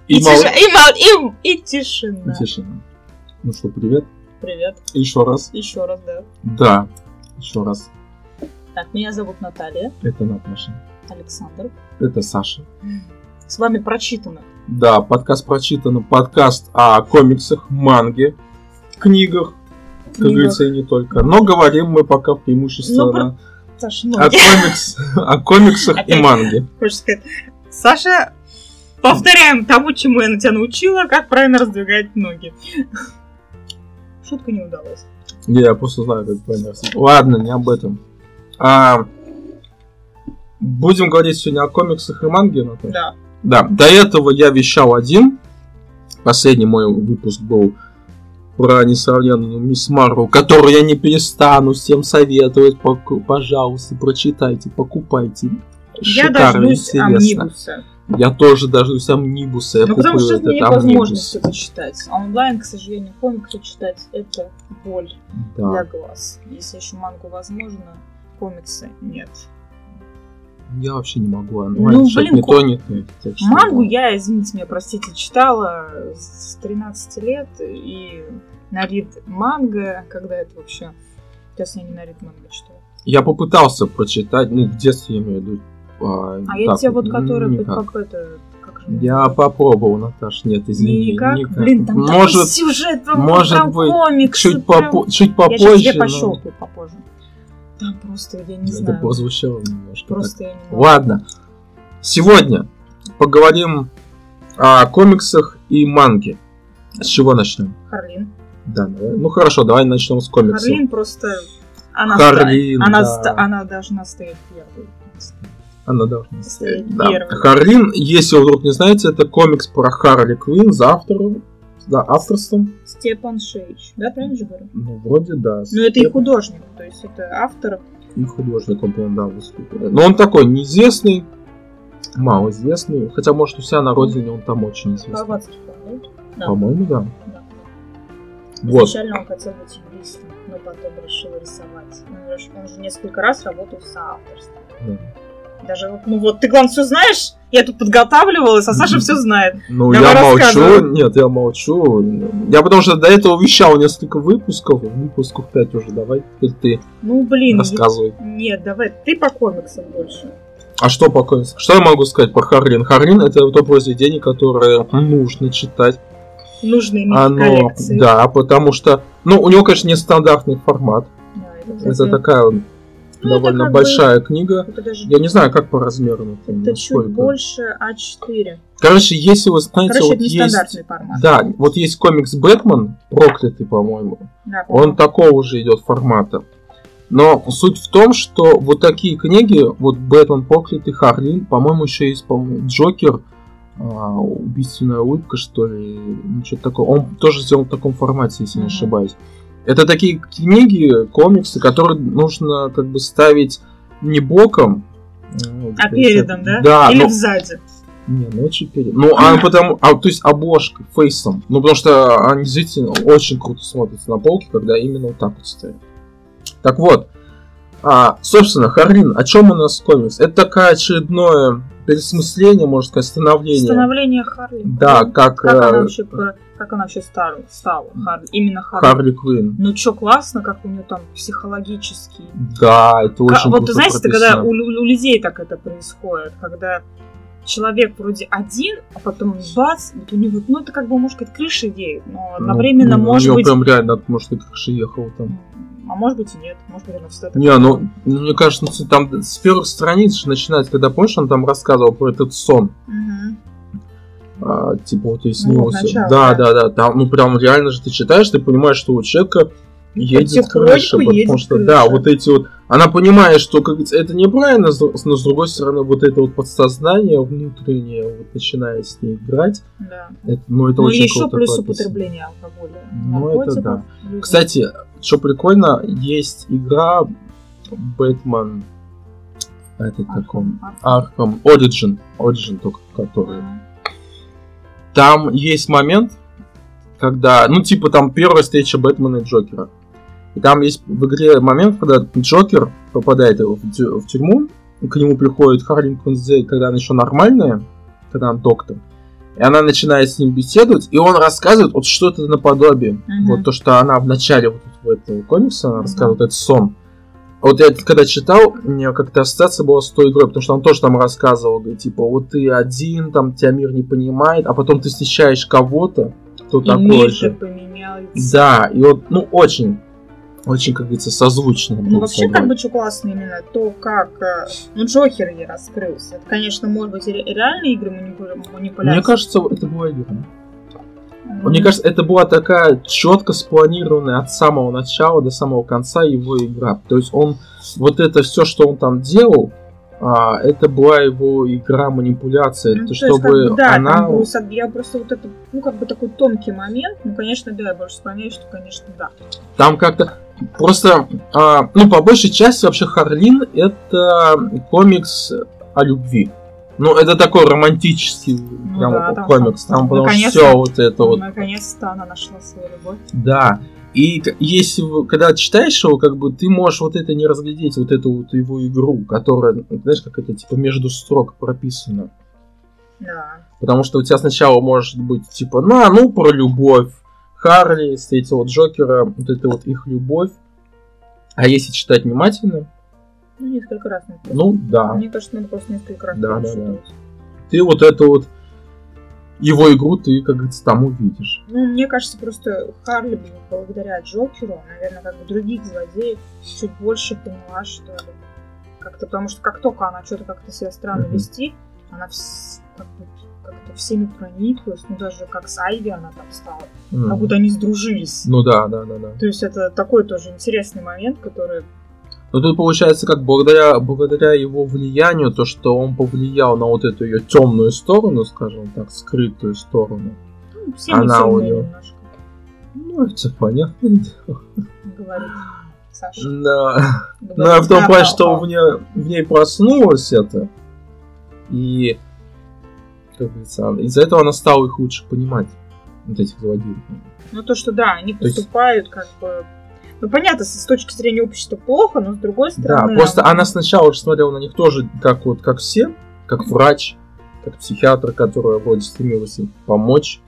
И тишина. Ну что, привет. Привет. Еще раз. Еще раз, да. Да, еще раз. Так, меня зовут Наталья. Это Наташа. Александр. Это Саша. С вами Прочитано. Да, подкаст Прочитано. Подкаст о комиксах, манге, книгах, как говорится, и не только. Но говорим мы пока преимущественно о комиксах и манге. Хочешь сказать, Саша, повторяем тому, чему я тебя научила, как правильно раздвигать ноги. Шутка не удалась. Я просто знаю, как правильно раздвигать. Ладно, не об этом. Будем говорить сегодня о комиксах и манге, Наташа? Да. Да, до этого я вещал один. Последний мой выпуск был про несравненную Мисс Марвел, которую я не перестану всем советовать. Пожалуйста, прочитайте, покупайте. Я дождусь амнибуса. Я тоже дождусь амнибуса. Ну, потому что нет возможности почитать. А онлайн, к сожалению, комиксы читать — это боль для глаз. Если еще мангу возможно, комиксы нет. Я вообще не могу онлайн читать не то, не то. Мангу я, извините меня, простите, читала с 13 лет. И на рид манга, когда это вообще... Сейчас я не на рид манга читаю. Я попытался прочитать, в детстве я имею в виду. Я те вот, которые я попробовал, Наташ, нет, извини. Никак? Блин, там может, такой сюжет, может быть, комиксы, чуть попозже. Я тебе пощелкаю попозже. Там просто, я не знаю. Это прозвучало немножко. Просто я не знаю. Ладно. Сегодня поговорим о комиксах и манге. С чего начнем? Харлин. Да, давай. Ну хорошо, давай начнем с комиксов. Харлин просто... Харлин, она должна стоять первой. Она должна стоять. Да. Харлин, если вы вдруг не знаете, это комикс про Харли Квинн за авторством. Степан Шейч, да, правильно же говорю? Ну, вроде да. Ну, это и художник, то есть это автор. И художник, он, по-моему, да, выступил. Но он такой неизвестный, малоизвестный, хотя, может, у себя на родине он там очень известный. Хорватский, да? По-моему, да. Вот. Изначально он хотел быть юристом, но потом решил рисовать. Он же несколько раз работал в соавторстве. Да. Даже ты, главное, все знаешь? Я тут подготавливалась, а Саша все знает. Ну, давай я молчу. Нет, я молчу. Я потому что до этого вещал несколько выпусков 5 уже. Давай теперь ты рассказывай. Нет, давай, ты по комиксам больше. А что по комиксам? Что я могу сказать по Харлин? Харлин — это то произведение, которое нужно читать. Нужно иметь коллекции. Да, потому что... у него, конечно, нестандартный формат. Да, это такая... довольно большая книга. Я не знаю, как по размеру. Это чуть больше А4. Короче, если вы знаете, это нестандартный формат. Да, вот есть комикс «Бэтмен», проклятый, по-моему. Да, он такого же идет формата. Но суть в том, что вот такие книги, вот «Бэтмен», проклятый, Харлин, по-моему, еще есть, «Джокер», «Убийственная улыбка», что ли, что-то такое. Он тоже сделан в таком формате, если не ошибаюсь. Это такие книги, комиксы, которые нужно как бы ставить не боком, а передом, да? Да. Или сзади? Не, чуть передом. То есть обложкой, фейсом. Потому что они действительно очень круто смотрятся на полке, когда именно вот так вот стоят. Так вот, собственно, Харлин, о чем у нас комикс? Это такое очередное пересмысление, можно сказать, становление Харлин. Да, как она вообще стала? Именно Харли Квинн. Ну чё, классно, как у нее там психологический... Да, это очень круто. Вот знаете, когда у людей так это происходит, когда человек вроде один, а потом бац, вот у него, это как бы, может быть, крыша едет, но одновременно может быть... У него прям реально, может, и крыша ехала там. А может быть и нет, может быть она всегда... Не, мне кажется, там с первых страниц начинается, когда, помнишь, он там рассказывал про этот сон. Типа вот и снился. Да. Там, прям реально же ты читаешь, ты понимаешь, что у человека едет крыша, потому что, вот эти вот... Она понимает, что, как говорится, это неправильно, но с другой стороны, вот это вот подсознание внутреннее вот начинает с ней играть. Да. Это очень еще круто. Плюс употребление алкоголя. Это да. Кстати, что прикольно, есть игра Бэтмен... Arkham Origin только, который... Там есть момент, когда, там первая встреча Бэтмена и Джокера. И там есть в игре момент, когда Джокер попадает в тюрьму, к нему приходит Харли Квинн, когда она еще нормальная, когда она доктор. И она начинает с ним беседовать, и он рассказывает вот что-то наподобие. Вот то, что она в начале вот в этого комикса она рассказывает, этот сон. Вот я когда читал, у меня как-то ассоциация была с той игрой, потому что он тоже там рассказывал, говорит, типа, вот ты один, там тебя мир не понимает, а потом ты встречаешь кого-то, кто такой же. Поменяется. Да, и вот, ну, очень, как говорится, созвучно. Ну, вообще, как бы, что классно именно то, как, ну, Джокер ей раскрылся. Это, конечно, может быть, реальные игры манипуляции. Мне кажется, это была игра. Мне кажется, это была такая четко спланированная от самого начала до самого конца его игра. То есть он, вот это все, что он там делал, это была его игра манипуляция. Ну, это чтобы как бы, да, она... Я просто вот это, ну, как бы такой тонкий момент. Ну, конечно, да, я больше склоняюсь, что, конечно, да. Там как-то просто, ну, по большей части вообще Харлин это комикс о любви. Ну, это такой романтический комикс. Там потому что все вот это вот. Наконец-то она нашла свою любовь. Да. И если когда читаешь его, как бы ты можешь вот это не разглядеть, вот эту вот его игру, которая, знаешь, как это типа между строк прописана. Да. Потому что у тебя сначала может быть типа, ну про любовь. Харли встретила Джокера, вот это вот их любовь. А если читать внимательно, ну, несколько раз. Ну, да. Мне кажется, надо просто несколько раз. Да. Ты вот эту вот его игру ты, как говорится, там увидишь. Ну, мне кажется, просто Харли, благодаря Джокеру, наверное, как бы других злодеев чуть больше поняла, что ли. Как-то, потому что как только она что-то как-то себя странно вести, она как-то всеми прониклась. Ну, даже как с Айви она там стала. Как будто они сдружились. Ну, да. То есть это такой тоже интересный момент, который... Но тут получается, как благодаря его влиянию, то, что он повлиял на вот эту ее темную сторону, скажем так, скрытую сторону. Ну, она у нее немножко. Ну, это понятно. Говорит Саша. Да. Но в том плане, что в ней проснулось это. И, как говорится, из-за этого она стала их лучше понимать. Вот этих злодеев. Ну, то, что да, они поступают как бы... Ну, понятно, с точки зрения общества плохо, но с другой стороны... Да, просто она сначала уже смотрела на них тоже как все, как врач, как психиатр, который вроде стремилась им помочь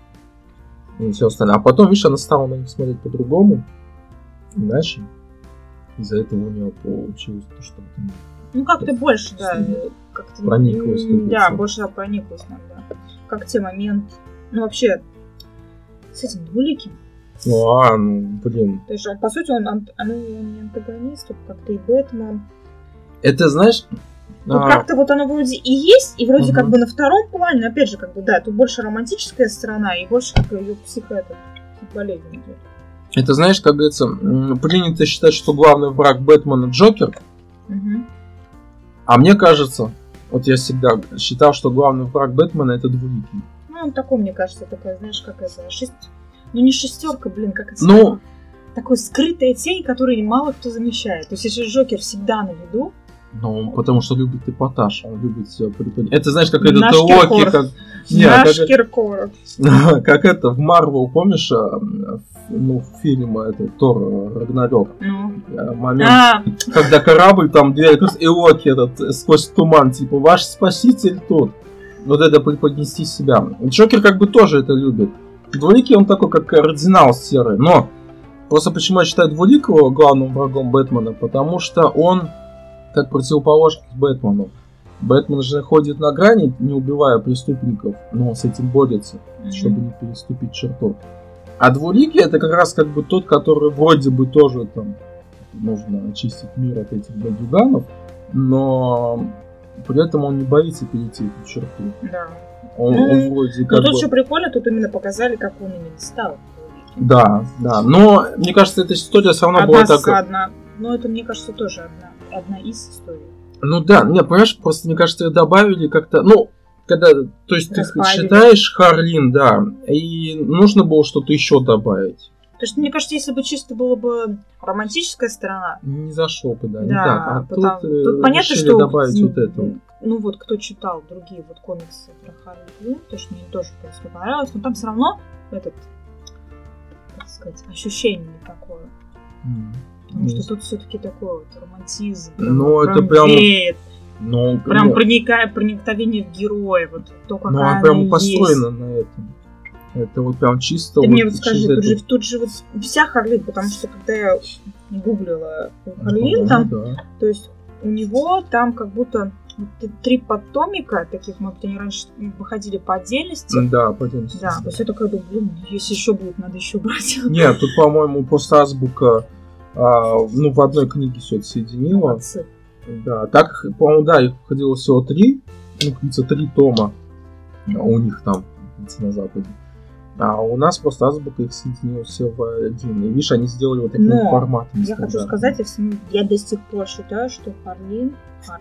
и все остальное. А потом, видишь, она стала на них смотреть по-другому, иначе. Из-за этого у нее получилось то, что... Ну, как-то больше, да. Как-то прониклась. Да, больше прониклась иногда. Как те моменты... Ну, вообще, с этим двуликим. Ну, блин. То есть, по сути, он не антагонист, как-то и Бэтмен. Это, знаешь... Вот как-то вот оно вроде и есть, и вроде как бы на втором плане, но опять же, как бы, да, тут больше романтическая сторона, и больше как ее болезнь идет. Это, знаешь, как говорится, принято считать, что главный враг Бэтмена Джокер. А мне кажется, вот я всегда считал, что главный враг Бэтмена это двуликий. Ну, он такой, мне кажется, такая, знаешь, как это, ну, не шестерка, блин, как это сказать. Такой скрытая тень, которую мало кто замечает. То есть, если Джокер всегда на виду. Ну, потому что любит эпатаж, он любит все приподнять. Это, знаешь, как это Локи, как... Наш Киркоров. Как это, в Марвел, помнишь, в фильме это Тор Рагнарёк? Момент, когда корабль там двигается, и Локи этот сквозь туман, типа, ваш спаситель тут. Вот это преподнести себя. Джокер как бы тоже это любит. Двуликий он такой, как кардинал серый. Но просто почему я считаю Двуликого главным врагом Бэтмена? Потому что он как противоположность Бэтмену. Бэтмен же ходит на грани, не убивая преступников, но с этим борется, чтобы не переступить черту. А Двуликий это как раз как бы тот, который вроде бы тоже там нужно очистить мир от этих бандюганов, но при этом он не боится перейти эту черту. Да. Он вроде как тут что прикольно, тут именно показали, как он именно стал. Да. Но мне кажется, эта история все равно была такая. Но это, мне кажется, тоже одна из историй. Ну да, нет, понимаешь, просто мне кажется, добавили как-то, когда, то есть ты читаешь Харлин, да, и нужно было что-то еще добавить. То есть, мне кажется, если бы чисто была бы романтическая сторона... Не зашло бы, да, не так. А тут понятно, что добавить вот это. Ну вот, кто читал другие вот комиксы про Харли, то что мне тоже просто понравилось, но там все равно как сказать, ощущение не такое. Потому что тут все-таки такой вот романтизм. Ну, это прям... Ну, прям проникновение в героя, вот то, как она прям построена на этом. Это вот прям чисто... Ты мне вот скажи, тут же вот вся Харлин, потому что когда я гуглила Харлин там, то есть у него там как будто 3 подтомика таких, может быть, они раньше выходили по отдельности. Да, по отдельности. Да, то есть я такая думаю, если еще будет, надо еще брать. Нет, тут, по-моему, просто азбука, в одной книге все это соединила. Молодцы. Да, так, по-моему, да, их выходило всего 3, 3 тома у них там на Западе. А у нас просто азбука их соединила все в один. И видишь, они сделали вот таким форматом. Я хочу сказать, я до сих пор считаю, что Харли,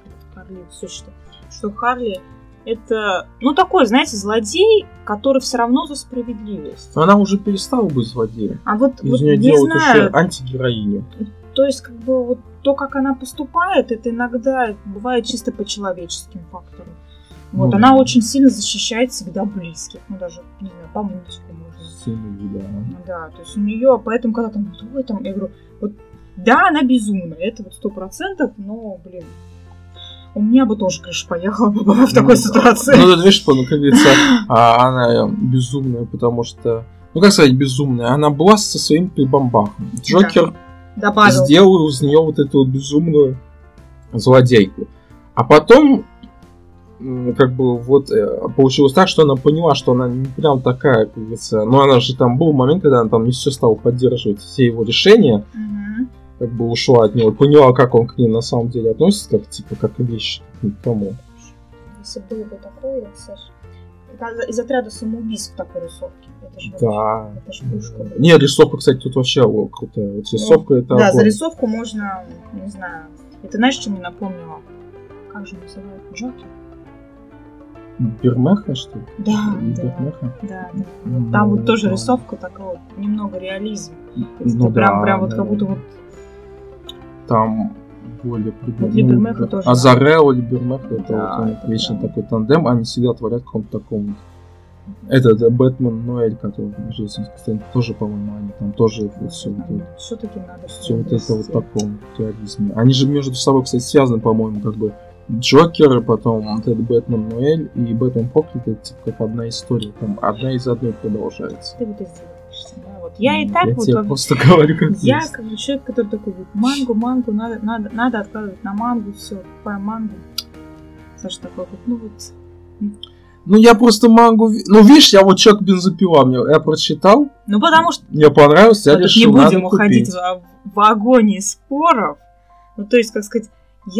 что Харли это, такой, знаете, злодей, который все равно за справедливость. Но она уже перестала быть злодеем. А вот из нее делают еще антигероиню. То есть, как бы, вот то, как она поступает, это иногда бывает чисто по человеческим факторам. Вот, она очень сильно защищает всегда близких. Даже, не знаю, по мультику можно. Сильно, да. То есть у нее, поэтому, когда там, я говорю, вот, да, она безумная, это вот 100%, но, блин, у меня бы тоже крыша поехала в такой ситуации. Ну, ты видишь, как говорится, она безумная, потому что, как сказать безумная, она была со своим прибамбахом. Джокер сделал из нее вот эту вот безумную злодейку. А потом как бы вот получилось так, что она поняла, что она не прям такая, как говорится. Но она же там был момент, когда она там не все стала поддерживать все его решения, как бы ушла от него, поняла, как он к ней на самом деле относится, как типа как вещь к кому. Если было бы такое, Саша, из отряда самоубийств такой рисовки. Это же да. Это же пушка. Не, рисовка, кстати, тут вообще крутая. Вот рисовка это. Да, за рисовку можно, не знаю. Это знаешь, что мне напомнило? Как же называют? Джокер? Бермеха, что ли? Да. Там вот тоже рисовка такая, немного реализм. Прям вот как будто вот. Там более Бермеха тоже. Азарео или Бермеха, это вот вечно такой тандем, они всегда творят в каком-то таком. Это Бэтмен Ноэль, который в жизни тоже, по-моему, они там тоже все все-таки надо. Все вот это вот в таком реализме. Они же между собой, кстати, связаны, по-моему, как бы. Джокер, потом вот этот Бэтмен Ноэль и Бэтмен Поклит, это типа как одна история, там одна из одной продолжается. Ты вот издеваешься, да? Вот я и так я вот. Я просто говорю, как я есть. Как бы человек, который такой вот мангу, надо откладывать на мангу, все, покупаем мангу. Саша такой вот, я просто мангу... видишь, я вот «Человек бензопила», я прочитал. Потому что... Мне понравилось, я решил, не будем уходить в агонии споров. То есть, как сказать,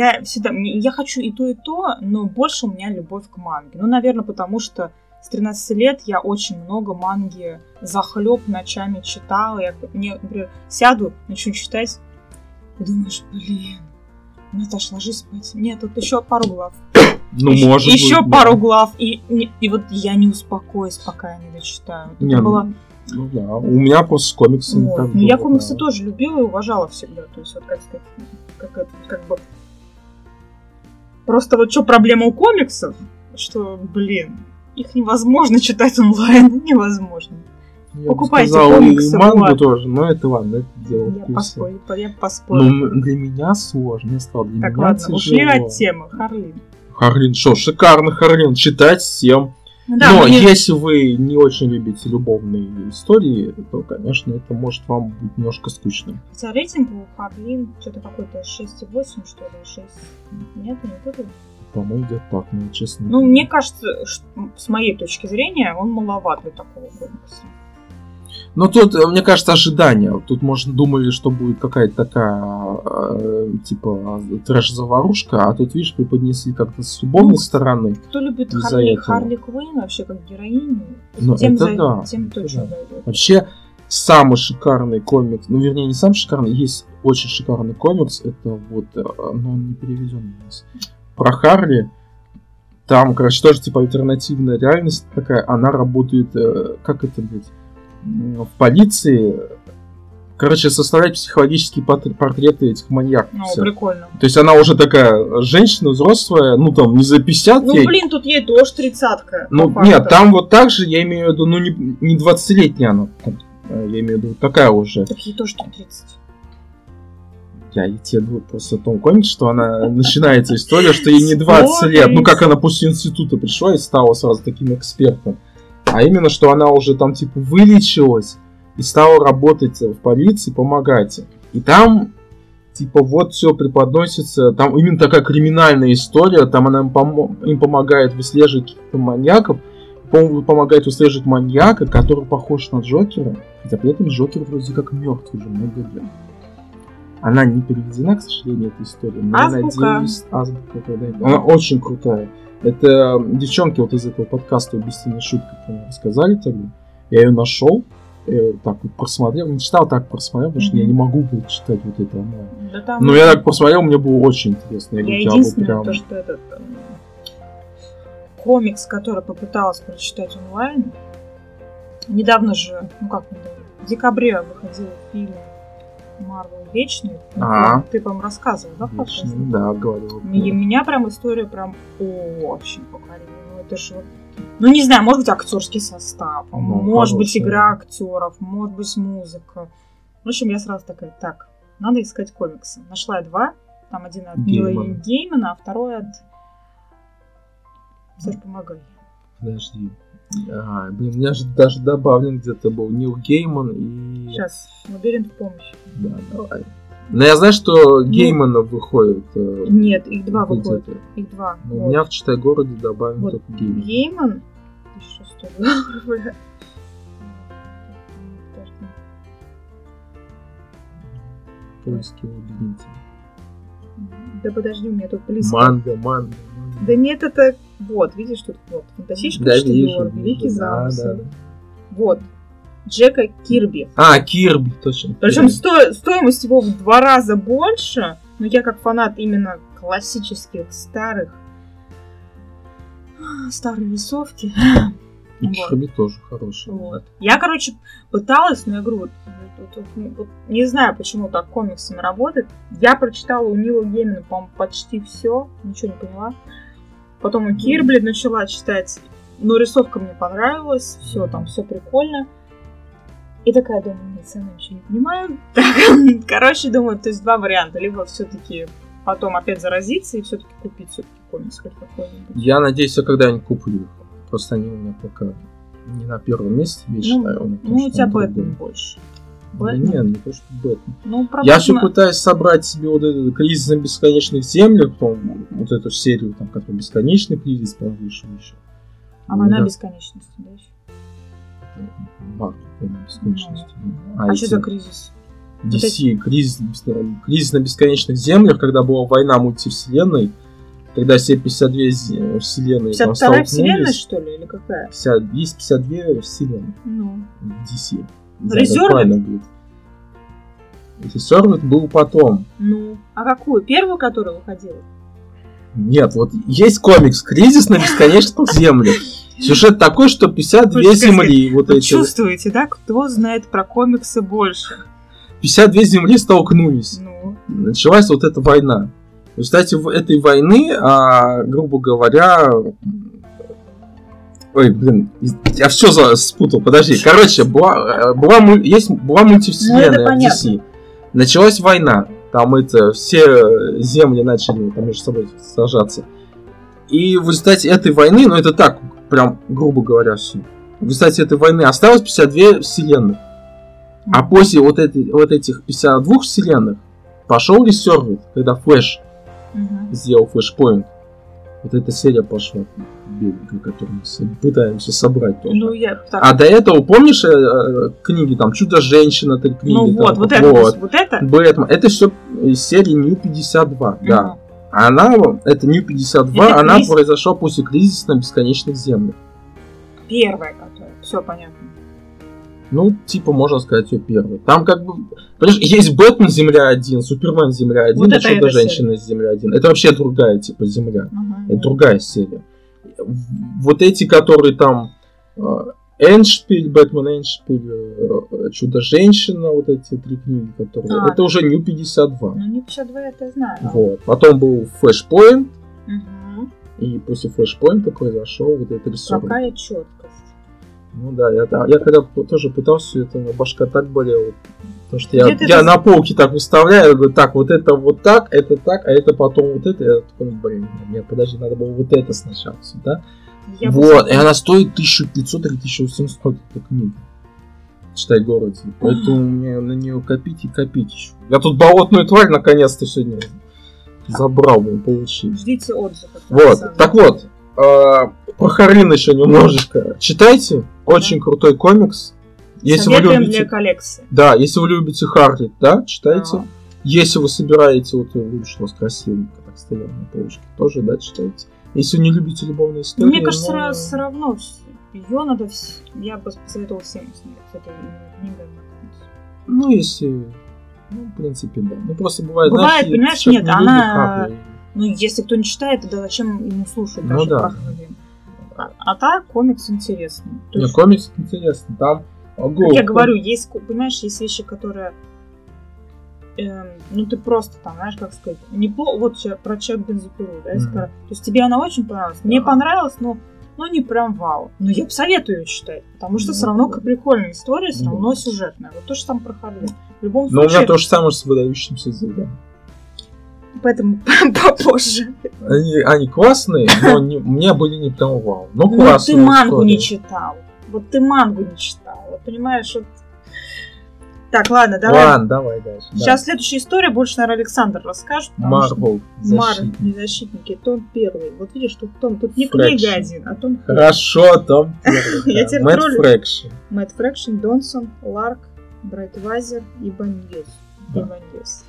я хочу и то, но больше у меня любовь к манге. Наверное, потому что с 13 лет я очень много манги захлеб ночами читала. Я, например, сяду, начну читать, и думаешь, блин, Наташа, ложись спать. Нет, тут еще пару глав. Может быть. Еще пару глав. И вот я не успокоюсь, пока я не дочитаю. У меня просто с комиксами так было. Я комиксы тоже любила и уважала всегда. То есть, вот как сказать, как бы... Просто вот что проблема у комиксов, что, их невозможно читать онлайн, невозможно. Покупайте комиксы. И мангу тоже, но это ладно, это дело вкуса. Я поспорю. Для меня сложно, я сказал, для так, меня ладно, тяжело. Ушли от темы, Харлин, шикарно Харлин, читать всем. Но если вы не очень любите любовные истории, то, конечно, это может вам быть немножко скучным. Хотя рейтинг у Харлин что-то какой-то 6,8, что ли, 6. Нет, не буду. По-моему, где-то так, честно. Мне кажется, с моей точки зрения, он маловат для такого комикса. Но тут, мне кажется, ожидания. Тут, может, думали, что будет какая-то такая, типа, трэш-заварушка, а тут, видишь, преподнесли как-то с любовной стороны. Кто любит Харли Квинн вообще как героиню, тем точно дойдет. Вообще, самый шикарный комикс, вернее, не самый шикарный, есть очень шикарный комикс, это вот, но он не переведен у нас, про Харли. Там, короче, тоже, типа, альтернативная реальность такая, она работает, как это, в полиции, короче, составлять психологические портреты этих маньяков. Прикольно. То есть она уже такая женщина взрослая, не за 50 ей. Тут ей тоже 30-ка. Нет, там вот так же, я имею в виду, не 20-летняя она. Я имею в виду, такая уже. Так ей тоже 30. Я тебе говорю просто о том комиксе, что она начинается история, что ей не 20 лет. Ну, как она после института пришла и стала сразу таким экспертом. А именно, что она уже там, типа, вылечилась и стала работать в полиции, помогать. И там, типа, вот все преподносится. Там именно такая криминальная история. Там она им помогает выслеживать каких-то маньяков. Помогает выслеживать маньяка, который похож на Джокера. Хотя при этом Джокер вроде как мертв уже много лет. Она не переведена, к сожалению, эта история. Но я надеюсь, азбука. Она очень крутая. Это девчонки вот из этого подкаста «Убийственная шутка» рассказали тогда. Я ее нашел, так вот просмотрел. Не читал, так просмотрел, потому что я не могу читать вот это онлайн. Да, но я так просмотрел, мне было очень интересно. Я единственное, прям... то, что этот комикс, который попыталась прочитать онлайн, недавно же, в декабре выходил фильм Марвел Вечный. Ты, по-моему, рассказывал, да, в подкасте? Да, говорил. Меня прям история прям очень покорила. Ну, это же, не знаю, может быть, актерский состав, может быть, игра актеров, может быть, музыка. В общем, я сразу такая, надо искать комиксы. Нашла я 2. Там один от Нила Геймана, а второй от... Саш, помогай. Подожди. У меня же даже добавлен где-то был Нил Гейман и... Сейчас, Лабиринт в помощь. Да, давай. Но я знаю, что Геймана выходит. Нет, их 2 выходят. Их 2. У меня в Читай-городе добавлен только Гейман. Гейман? 1600 рублей. Поиски в лабиринте. Да подожди, у меня тут близко. Манга. Да нет, это... Вот, видишь, тут вот фантастический $4, Великий замысел. Да. Вот. Джека Кирби. Кирби, точно. Причем стоимость его в 2 раза больше, но я как фанат именно классических старой рисовки. Кирби тоже хороший. Вот. Я, пыталась, но я говорю, не знаю, почему так комиксами работает. Я прочитала у Нила Геймана, по-моему, почти все, ничего не поняла. Потом у Кирби начала читать, но рисовка мне понравилась, все там, все прикольно. И такая, думаю, нет, сама ничего не понимаю. Думаю, то есть 2 варианта. Либо все-таки потом опять заразиться и все-таки купить комикс хоть какой-нибудь. Я надеюсь, я когда-нибудь куплю их. Просто они у меня пока не на первом месте, я считаю. У тебя Бэтмен больше. Да нет, не то, что Бэтмен. Я все пытаюсь собрать себе вот этот «Кризис на бесконечных землях», потом вот эту серию, там, которая «Бесконечный кризис», по-моему, вышел еще. А «Война бесконечности», да, еще? «Война бесконечности». А что за кризис? DC, кризис на бесконечных землях, когда была война мультивселенной, когда все 52 вселенные там столкнулись. 52 вселенная, что ли, или какая? Есть 52 вселенные в DC. Резервит? Резервит был потом. А какую? Первую, которая выходила? Нет, вот есть комикс «Кризис на бесконечных землях». Сюжет такой, что 52 земли. Вы чувствуете, да? Кто знает про комиксы больше? 52 земли столкнулись. Началась вот эта война. В результате этой войны, грубо говоря... Ой, блин, я все спутал, подожди. Короче, была мультивселенная в DC. Началась война. Там все земли начали там между собой сражаться. И в результате этой войны, это так, прям грубо говоря, все. В результате этой войны осталось 52 вселенных. А после вот этих 52 вселенных пошел Резервит, когда Флэш сделал Флэшпоинт. Вот эта серия пошла, беленькая, которую мы пытаемся собрать тоже. А до этого, помнишь, книги, там, Чудо-женщина, 3 книги. Вот это? Бэтмен. Это все из серии New 52, да. А она, это New 52, это она произошла после кризиса на бесконечных землях. Первая, которая, все понятно. Можно сказать, ее первая. Там понимаешь, есть Бэтмен Земля-1, Супермен Земля-1, и Чудо-женщина Земля-1. Это вообще другая, Земля. Это другая серия. Вот эти, которые там Эндшпиль, Бэтмен Эндшпиль, Чудо-женщина, вот эти 3 книги, которые... это уже New 52. New 52 это знаю. Вот. Потом был Флэшпоинт. И после Флэшпоинта произошел вот этот рисунок. Какая четкость. Ну да, я когда тоже пытался, это у меня башка так болела. Потому что я на полке так выставляю, говорю, так, вот это вот так, а это потом вот это. Я такой, блин, нет, подожди, надо было вот это сначала сюда. Вот, и она стоит 1500 или 1800, эта книга. Читай город. Поэтому мне на нее копить и копить еще. Я тут болотную тварь наконец-то сегодня забрал, получил. Ждите отзывов. Вот, так вот, про Харлин еще немножечко. Читайте, очень крутой комикс. Если вы любите, для коллекции. Да, если вы любите Харли, да, читайте. Если вы собираете, вот видишь, у вас красивенько так стоял на полочке, тоже, да, читайте. Если вы не любите любовные истории... Мне кажется, все равно ее надо... Я бы посоветовал всем смотреть с этой книгой. Ну, если... Ну, в принципе, да. Ну, просто бывает, знаешь, понимаешь, нет, она... Ну, если кто не читает, тогда зачем ему слушать даже про Харлин? А так, комикс интересный. Нет, комикс интересный, там... Как я говорю, есть, понимаешь, есть вещи, которые... ну, ты просто там, знаешь, как сказать, вот про Человек-бензопилу, да, то есть тебе она очень понравилась. Мне понравилась, но не прям вау. Но я бы советую ее читать, потому что все равно прикольная история, все равно сюжетная. Вот то же самое про Харлин. В любом случае... Но у меня то же самое с выдающимся звездами. Поэтому попозже. Они классные, но мне были не прям вау. Но классные. Ты мангу не читал. Вот ты мангу не читал. Вот понимаешь, вот... Так, ладно, давай. Ладно, давай дальше. Сейчас следующая история, больше, наверное, Александр расскажет. Марвел. Защитники. Том 1. Вот видишь, тут не книга один, а том 1. Хорошо, том 1. Мэтт Фрэкшн. Мэтт Фрэкшн, Донсон, Ларк, Брайтвайзер и Баньес.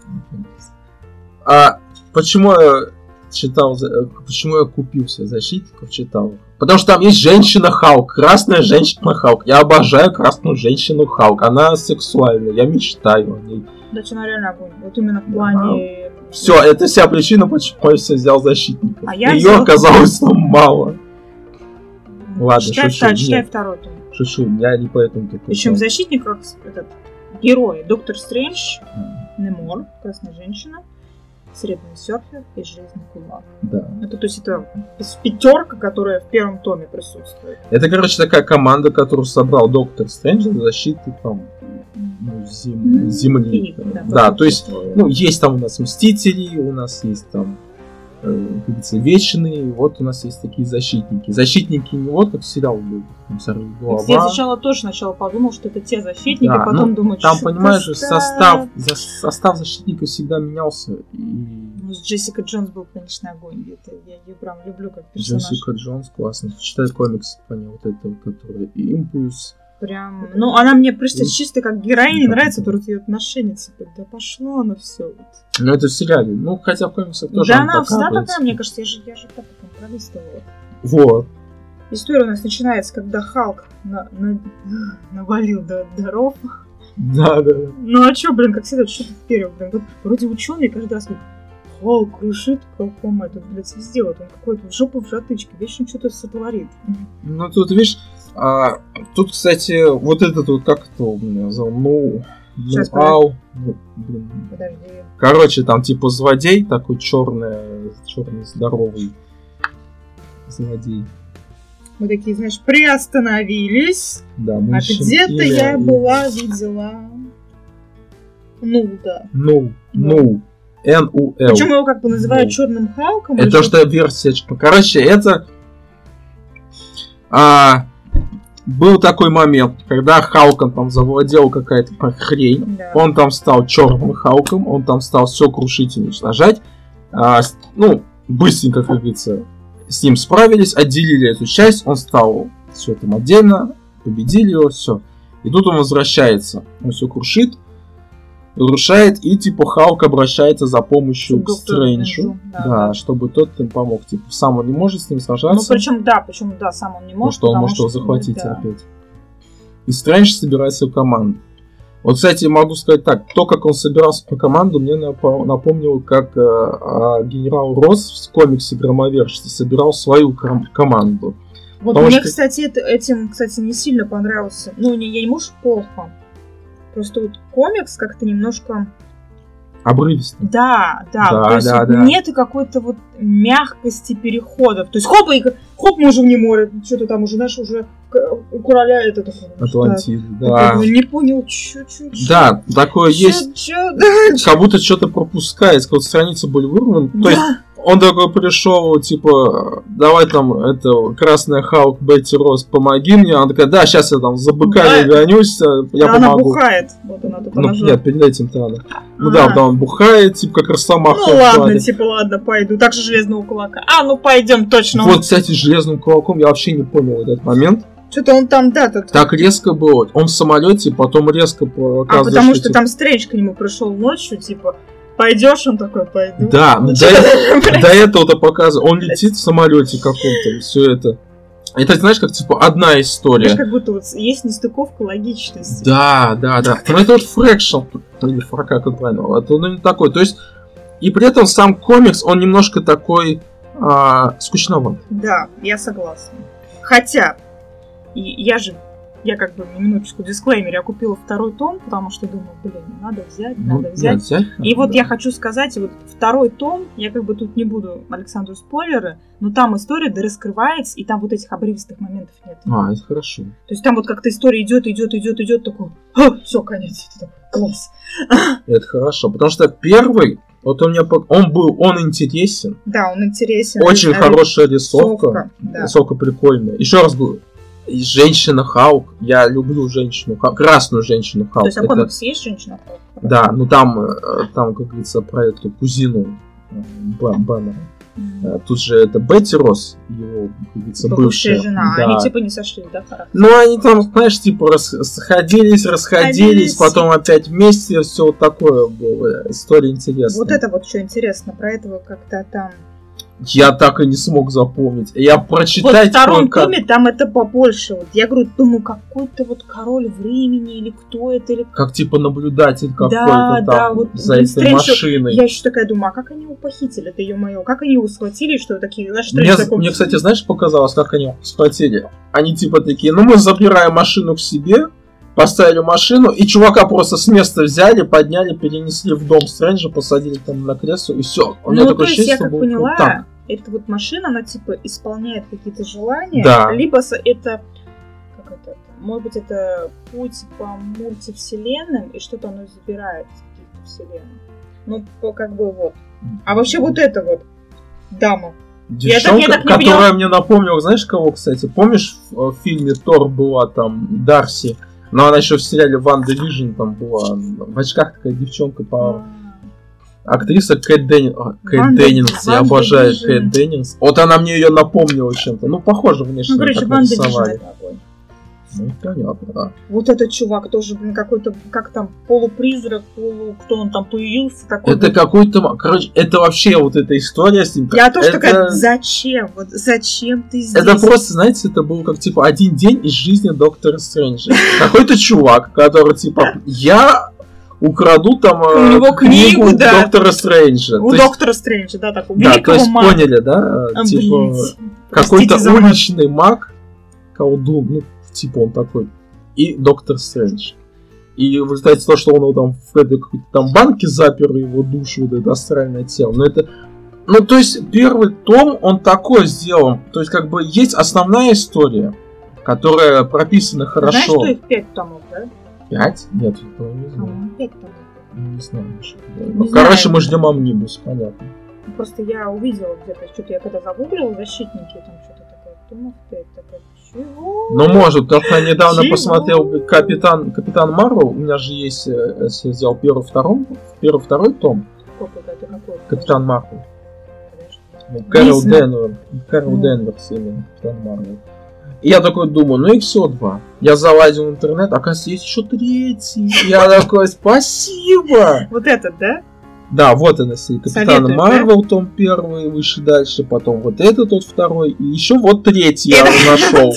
А почему я читал, почему я купился Защитников, читал? Потому что там есть женщина Халк, красная женщина Халк. Я обожаю красную женщину Халк. Она сексуальная, я мечтаю о ней. Да, она реально огонь. Вот именно в плане... Все, это вся причина, почему я себе взял Защитников. Ее оказалось там мало. Ладно, читай второй том. Шучу, я не поэтому такой. Причем в Защитниках этот герой Доктор Стрэндж, Немор, красная женщина, Серебряный серфер и Железный кулак. Да. Это, то есть, это пятерка, которая в первом томе присутствует. Это, короче, такая команда, которую собрал Доктор Стрэндж для защиты там, Земли. Да, то есть, есть там у нас Мстители, у нас есть там, как говорится, Вечные, вот у нас есть такие защитники. Защитники не вот как сериал был, там Сорвиголова. Я сначала подумал, что это те защитники, да, потом думаю, там, понимаешь, состав защитников всегда менялся. Ну, Джессика Джонс был, конечно, огонь. Я ее прям люблю как персонаж. Джессика Джонс классно. Читай комикс по ней, вот это, который Импульс. Прям, она мне просто чисто как героиня нравится, тут ее отношения, типа, да пошло оно все. Ну, это в сериале. Ну, хотя в комиксах тоже. Да, она всегда такая, мне кажется, я же так пролистывала. Вот. История у нас начинается, когда Халк навалил до дров. Да. Ну а чё, блин, как всегда, что-то вперед, блин. Вот вроде ученый каждый раз говорит, Халк крушит, колком это, блядь, везде. Вот он какой-то в жопу в жатычке, вечно что-то сотворит. Ну тут, видишь, тут, кстати, вот этот вот, как это у меня зовут, Подожди. Короче, там типа злодей, такой черный здоровый злодей. Мы такие, знаешь, приостановились. Да, мы где-то я видела. Н-У-Л. Причем его как бы называют черным Халком. Это что версия. Короче, это был такой момент, когда Халком там завладел какая-то хрень. Да. Он там стал черным Халком, он там стал все крушить и уничтожать. Быстренько, как говорится, с ним справились, отделили эту часть, он стал все там отдельно, победили его, все. И тут он возвращается, он все крушит, разрушает, и типа Халк обращается за помощью к Стрэнджу, да, чтобы тот им помог. Типа сам он не может с ним сражаться. Причем сам он не может. Потому что он может его захватить опять. И Стрэндж собирает свою команду. Вот, кстати, могу сказать так, то, как он собирал свою команду, мне напомнило, как генерал Росс в комиксе Громовержцы собирал свою команду. Вот мне, кстати, этим, не сильно понравился. Я не муж плохо. Просто вот комикс как-то немножко обрывисто. Да. То есть нет какой-то вот мягкости переходов. То есть хоп, мы уже вне моря, что-то там уже, знаешь, уже у короля это такое. Атлантида, да. Не понял, что. Да, такое есть. Как будто что-то пропускает, как страницы были вырваны. То есть он такой пришел, типа, давай там, это, красная Халк, Бетти Росс, помоги мне. Она такая, да, сейчас я там за быками гонюсь, я помогу. Она бухает. Вот она тут нет, перед этим-то она. Ну да, потом он бухает, типа, как Росомаха. Ну ладно, типа, ладно, пойду. Так же Железного Кулака. Ну пойдем, точно. Вот, кстати, с Железным Кулаком я вообще не понял этот момент. Что-то он там, да, тут... Так резко было. Он в самолете, потом резко оказывается... потому что там Стрэндж к нему пришел ночью, типа... Пойдешь, он такой, пойду. Да, до этого-то показывает. Он летит в самолете каком-то, все это. Это, знаешь, как типа одна история. Знаешь, как будто вот есть нестыковка логичности. Да. Но это вот фрэкшн, или фрака, как правильно, это он не такой. То есть, и при этом сам комикс, он немножко такой скучноват. Да, я согласна. Хотя, я как бы, минуточку, дисклеймер, я купила второй том, потому что думаю, надо взять. И вот я хочу сказать, вот второй том, я как бы тут не буду Александру спойлеры, но там история раскрывается, и там вот этих обрывистых моментов нет. Это хорошо. То есть там вот как-то история идет, такой, все, конец, это такой, класс. Это хорошо, потому что первый, вот он интересен. Да, он интересен. Очень хорошая рисовка. Рисовка прикольная. Еще раз говорю, Женщина Халк. Я люблю женщину Халк. Красную женщину Халк. То есть, комикс есть женщина Халк? Да, ну там, как говорится, про эту кузину Баннера. Тут же это Бетти Росс, его, как говорится, бывшая жена. Да. Они типа не сошлись, да, характер? Ну, они там, знаешь, типа расходились, потом опять вместе, все вот такое было. История интересная. Вот это вот что интересно, про этого как-то там... Я так и не смог запомнить. Я прочитать... Вот в втором томе там это побольше. Вот я говорю, думаю, какой-то вот король времени или кто это, или... Как типа наблюдатель какой-то там вот, за этой машиной. Я еще такая думаю, а как они его похитили? Это ее-моё. Как они его схватили, что такие... Знаешь, мне, кстати, знаешь, показалось, как они его схватили? Они типа такие, мы забираем машину к себе, поставили машину, и чувака просто с места взяли, подняли, перенесли в дом Стрэнджа, посадили там на кресло, и все. У меня такое ощущение, я как поняла, эта вот машина, она типа исполняет какие-то желания, либо это, может быть, это путь по мультивселенным, и что-то оно забирает из каких-то вселенных. Ну, как бы вот. А вообще вот это вот дама. Девчонка, которая мне напомнила, знаешь кого, кстати? Помнишь, в фильме Тор была там Дарси? Но она еще в сериале Ванда Вижн там была. В очках такая девчонка по... Актриса Кэт Деннингс. Я обожаю Кэт Деннингс. Вот она мне ее напомнила чем-то. Ну, похоже внешне. Ну, короче, Ванда Вижн. Ну, понятно, да. Вот этот чувак тоже, какой-то, как там, полупризрак, кто он там появился. Такой это какой-то... Короче, это вообще вот эта история с ним. Я тоже такая, зачем? Вот зачем ты здесь? Это просто, знаете, это был как, типа, один день из жизни Доктора Стрэнджа. Какой-то чувак, который, типа, я украду там книгу Доктора Стрэнджа. У Доктора Стрэнджа, да, такой великого мага. Да, то есть поняли, да? Типа, какой-то уличный маг, колдун, ну, типа он такой, и Доктор Стрэндж. И в результате того, что он его там в этой какой-то там банке запер его душу, вот это астральное тело. Но это... Ну, то есть, первый том, он такой сделан. То есть, как бы, есть основная история, которая прописана хорошо. Знаешь, что их 5 томов, да? 5? Нет, этого не знаю. 5 томов. Не знаю. Короче, мы ждем Омнибус, понятно. Просто я увидела где-то, что-то я когда загуглила защитники, там что-то такое, томов 5, такая, чего? Ну, может, только я недавно посмотрел Капитан Марвел, у меня же есть, если я взял первый-второй том. Капитан Марвел. Кэрол Денверс именно, Капитан Марвел. И я такой думаю, ну и все, 2. Я залазил в интернет, оказывается, есть еще 3. Я такой, спасибо! Вот этот, да? Да, вот она, Капитан Марвел, том 1, выше дальше, потом вот этот тот 2, и еще вот 3 я нашел.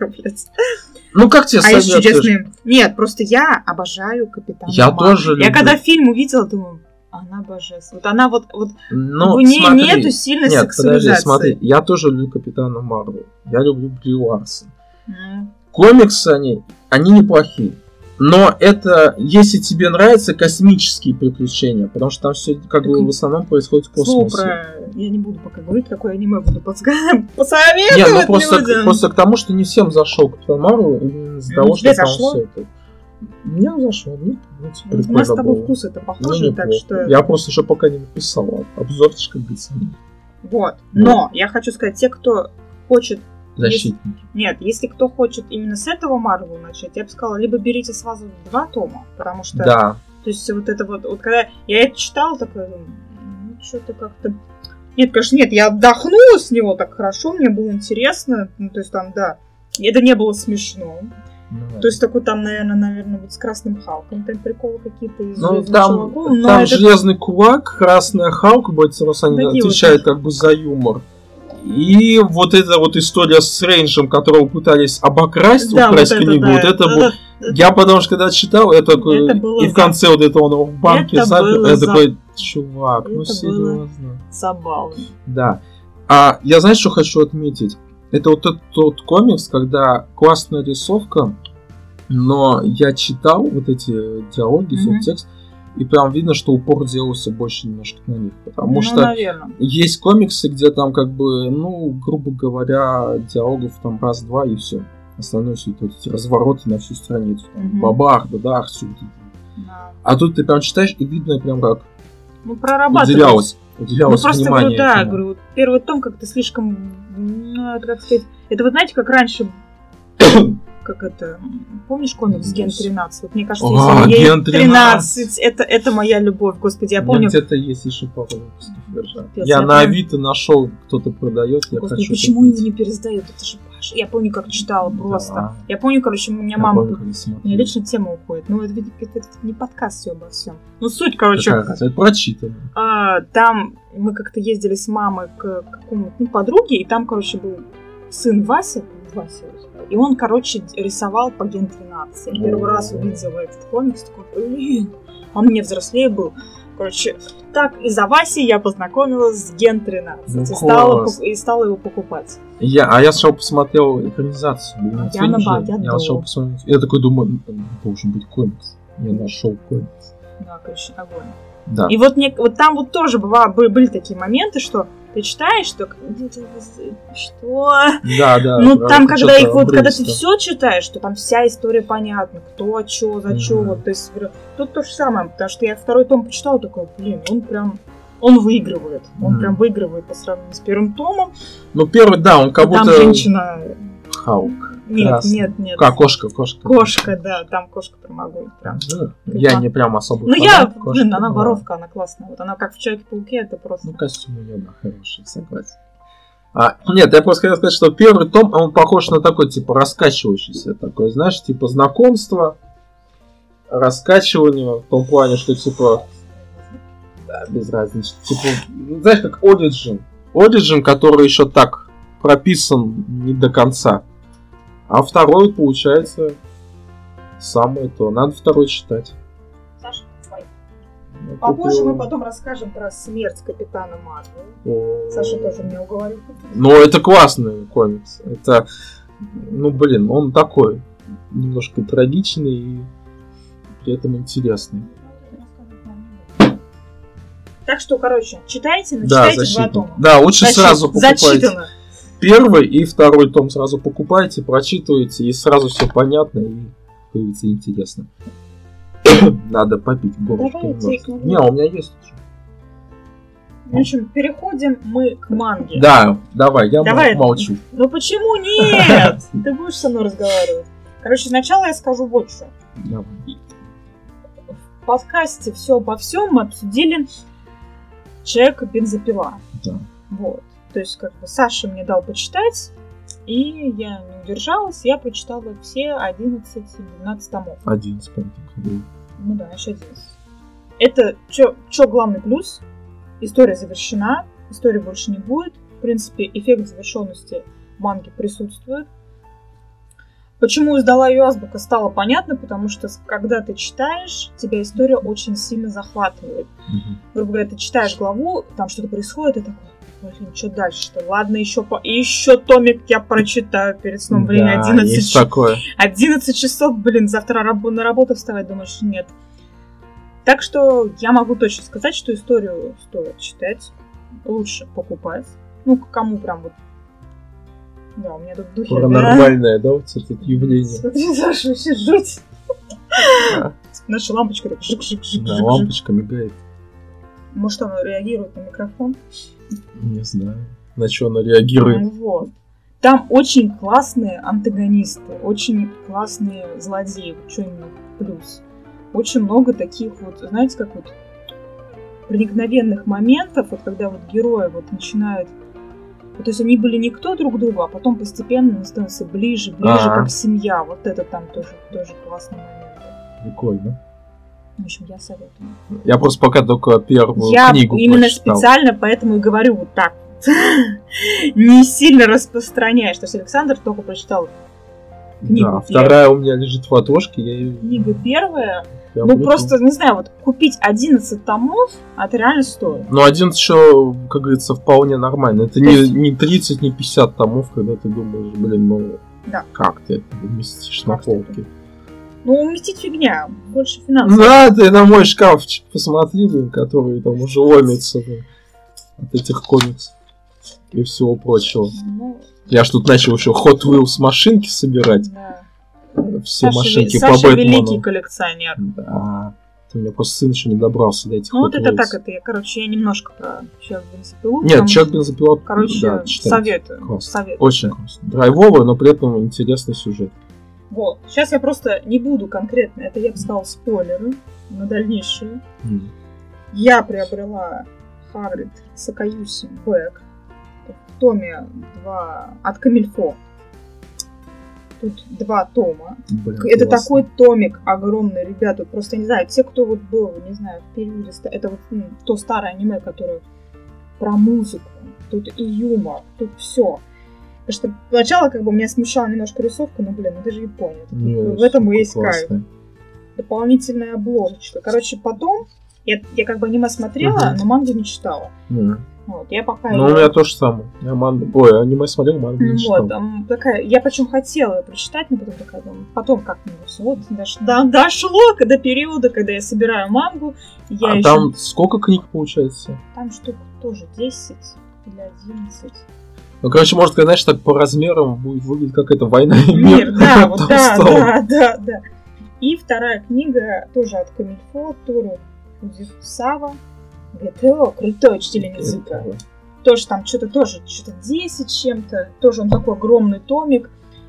Ну как тебе советуешь? Нет, просто я обожаю Капитана Марвел. Я тоже люблю. Я когда фильм увидела, думаю, она божественная. Вот она вот в ней нету сильной сексуализации. Подожди, смотри, я тоже люблю Капитана Марвел. Я люблю Бри Ларсон. Комиксы они неплохие. Но это, если тебе нравятся космические приключения, потому что там все как бы в основном происходит в космосе. Я не буду пока говорить, какое аниме буду посоветовать. Нет, ну просто к тому, что не всем зашел Капитан Марвел, из-за того, что там все это. Мне зашло, мне у нас с тобой вкус это похоже, так что... Я просто еще пока не написал обзорчик, как говорится. Вот, но я хочу сказать, те, кто хочет... Защитники. Нет, если кто хочет именно с этого Марвел начать, я бы сказала, либо берите сразу 2 тома, потому что... Да. То есть вот это вот когда я это читала, такая, ну, что-то как-то... Нет, конечно, нет, я отдохнула с него так хорошо, мне было интересно, ну, то есть там, да, это не было смешно. То есть такой там, наверное, вот с Красным Халком там приколы какие-то из там Железный Кулак, Красная Халк, раз они отвечают как бы за юмор. И вот эта вот история с Рейнджем, которого пытались обокрасть, украсть книгу, вот это было... Я потому что когда читал, это и в конце вот этого он его в банке запер, я такой, чувак, ну серьезно. Забавно. Да. А я знаешь, что хочу отметить? Это вот тот комикс, когда классная рисовка, но я читал вот эти диалоги, субтекст, и прям видно, что упор делался больше немножко на них. Потому что наверное. Есть комиксы, где там как бы, ну, грубо говоря, диалогов там раз-два и все. Остальное все вот эти развороты на всю страницу. Бабах, да, все. А тут ты прям читаешь, и видно прям как уделялось просто внимание. Говорю, да, говорю, вот первый том как-то слишком, ну, как сказать, это вот знаете, как раньше... Как это... Помнишь комикс Ген 13? Вот мне кажется, если Ген 13, это моя любовь, господи, я помню... Где-то есть еще пару выпусков лежат. Я на Авито нашел, кто-то продает, я господи, хочу почему его не пересдают? Это же Паша. Я помню, как читала просто. Да. Я помню, короче, у меня мама... У меня лично тема уходит. Ну, это не подкаст все обо всем. Ну, суть, короче... Это прочитано. Там мы как-то ездили с мамой к какому-то подруге, и там, короче, был сын Вася, и он, короче, рисовал по Ген 13. Я первый раз увидела этот комикс, такой, блин, он мне взрослее был. Короче, так из-за Васи я познакомилась с Ген 13 и стала его покупать. Я сначала посмотрел экранизацию. Я нашел посмотреть. Я такой думаю, должен быть комикс. Я нашел комикс. Да, конечно, огонь. Да. И вот там вот тоже были такие моменты, что ты читаешь, что... Что? Да. Ну, там, когда ты все читаешь, то там вся история понятна. Кто, что, за что. Вот, то есть, тут то же самое, потому что я второй том почитала, такой, блин, он выигрывает. Он прям выигрывает по сравнению с первым томом. Ну, первый, да, он как будто... Там женщина... Хаук. Нет. Кошка, да, там кошка прям огонь. Я не прям особо... Ну, она воровка, она классная. Вот она как в Человеке-пауке, это просто... Ну, костюм у нее, да, хороший, согласен. Нет, я просто хотел сказать, что первый том, он похож на такой, типа, раскачивающийся такой, знаешь, типа, знакомство, раскачивание, в том плане, что, типа... Да, без разницы. Типа, знаешь, как Origin, который еще так прописан не до конца. А второй, получается, самое то. Надо второй читать. Саша, давай. Попозже мы потом расскажем про смерть Капитана Марвел. Саша тоже меня уговорил. Ну, это классный комикс. Это, ну, блин, он такой немножко трагичный и при этом интересный. Так что, короче, читайте, но читайте 2 тома. Да, лучше сразу покупайте. Зачитано. Первый и второй том сразу покупайте, прочитывайте, и сразу все понятно и, как говорится, интересно. Надо попить горлышко немножко. Не, у меня есть уже. В общем, переходим мы к манге. Да, давай, я молчу. Ну почему нет? Ты будешь со мной разговаривать. Короче, сначала я скажу вот что. Давай. В подкасте «Все обо всем» мы обсудили Человека-бензопила. Да. Вот. То есть, как бы, Саша мне дал почитать, и я не удержалась, я прочитала все 11-12 томов. 11, по-моему. Ну да, еще 11. Это, что главный плюс? История завершена, истории больше не будет. В принципе, эффект завершенности манги присутствует. Почему издала ее Азбука, стало понятно, потому что, когда ты читаешь, тебя история очень сильно захватывает. Грубо говоря, ты читаешь главу, там что-то происходит, и такой... блин, что дальше-то? Ладно, еще томик я прочитаю перед сном. Блин, да, 11 часов, блин, завтра на работу вставать, думаешь, нет. Так что я могу точно сказать, что историю стоит читать. Лучше покупать. Ну, кому прям вот... Да, у меня тут в духе... Нормальное, да, вот это явление. Смотри, Саша, вообще жуть. Наша лампочка так жик-жик-жик. Да, лампочка мигает. Может, она реагирует на микрофон? Не знаю. На что она реагирует? Вот. Там очень классные антагонисты, очень классные злодеи. Вот что именно плюс. Очень много таких вот, знаете, как вот проникновенных моментов, вот когда вот герои вот начинают... Вот, то есть они были никто друг другу, а потом постепенно становятся ближе, как семья. Вот это там тоже классный момент. Прикольно. В общем, я советую. Я просто пока только первую книгу именно прочитал. Специально поэтому и говорю вот так. Не сильно распространяешь. То есть Александр только прочитал книгу. Да, вторая у меня лежит в ладошке. Книга первая. Ну, просто, не знаю, вот купить 11 томов, это реально стоит. Ну, 11 еще, как говорится, вполне нормально. Это не 30, не 50 томов, когда ты думаешь, блин, ну, как ты это уместишь на полке? Ну, уместить фигня, больше финансов. Да, ты на мой шкафчик посмотри, блин, который там уже ломится, блин, от этих комиксов и всего прочего. Ну, я ж тут начал еще Hot Wheels машинки собирать. Да. Все Саша, машинки по Бэтмену. Великий коллекционер. Да. У меня просто сын еще не добрался до этих. Ну вот это так, это я немножко про Человек-бензопилу. Нет, Человек-бензопила. Короче, советую. Очень классно. Драйвовый, но при этом интересный сюжет. Вот. Сейчас я просто не буду конкретно, это я бы сказала спойлеры на дальнейшее. Я приобрела Хагрид Сакаюси Бэк в томе 2 от Камильфо. Тут 2 тома. Блин, это классно. Такой томик огромный, ребята. Просто не знаю, те, кто вот был, не знаю, в периоде... Это вот то старое аниме, которое про музыку. Тут и юмор, тут все. Потому что сначала как бы меня смущала немножко рисовка, но, блин, это же Япония. В этом и есть кайф. Дополнительная обложечка. Короче, потом я как бы аниме смотрела, но мангу не читала. Вот, я пока у меня то же самое. Я аниме смотрел, мангу не читал. Вот, такая, я причем хотела ее прочитать, но потом такая, потом как-нибудь все. Вот дошло до периода, когда я собираю мангу. Там сколько книг получается? Там штук тоже 10 или 11. Ну, короче, может, знаешь, так по размерам будет выглядеть как это «Война и мир». Да, вот, да. И вторая книга тоже от Камильфо, Тору Фудзисава. ГТО, крутой учитель языка. Тоже там что-то 10 чем-то. Тоже он такой огромный томик.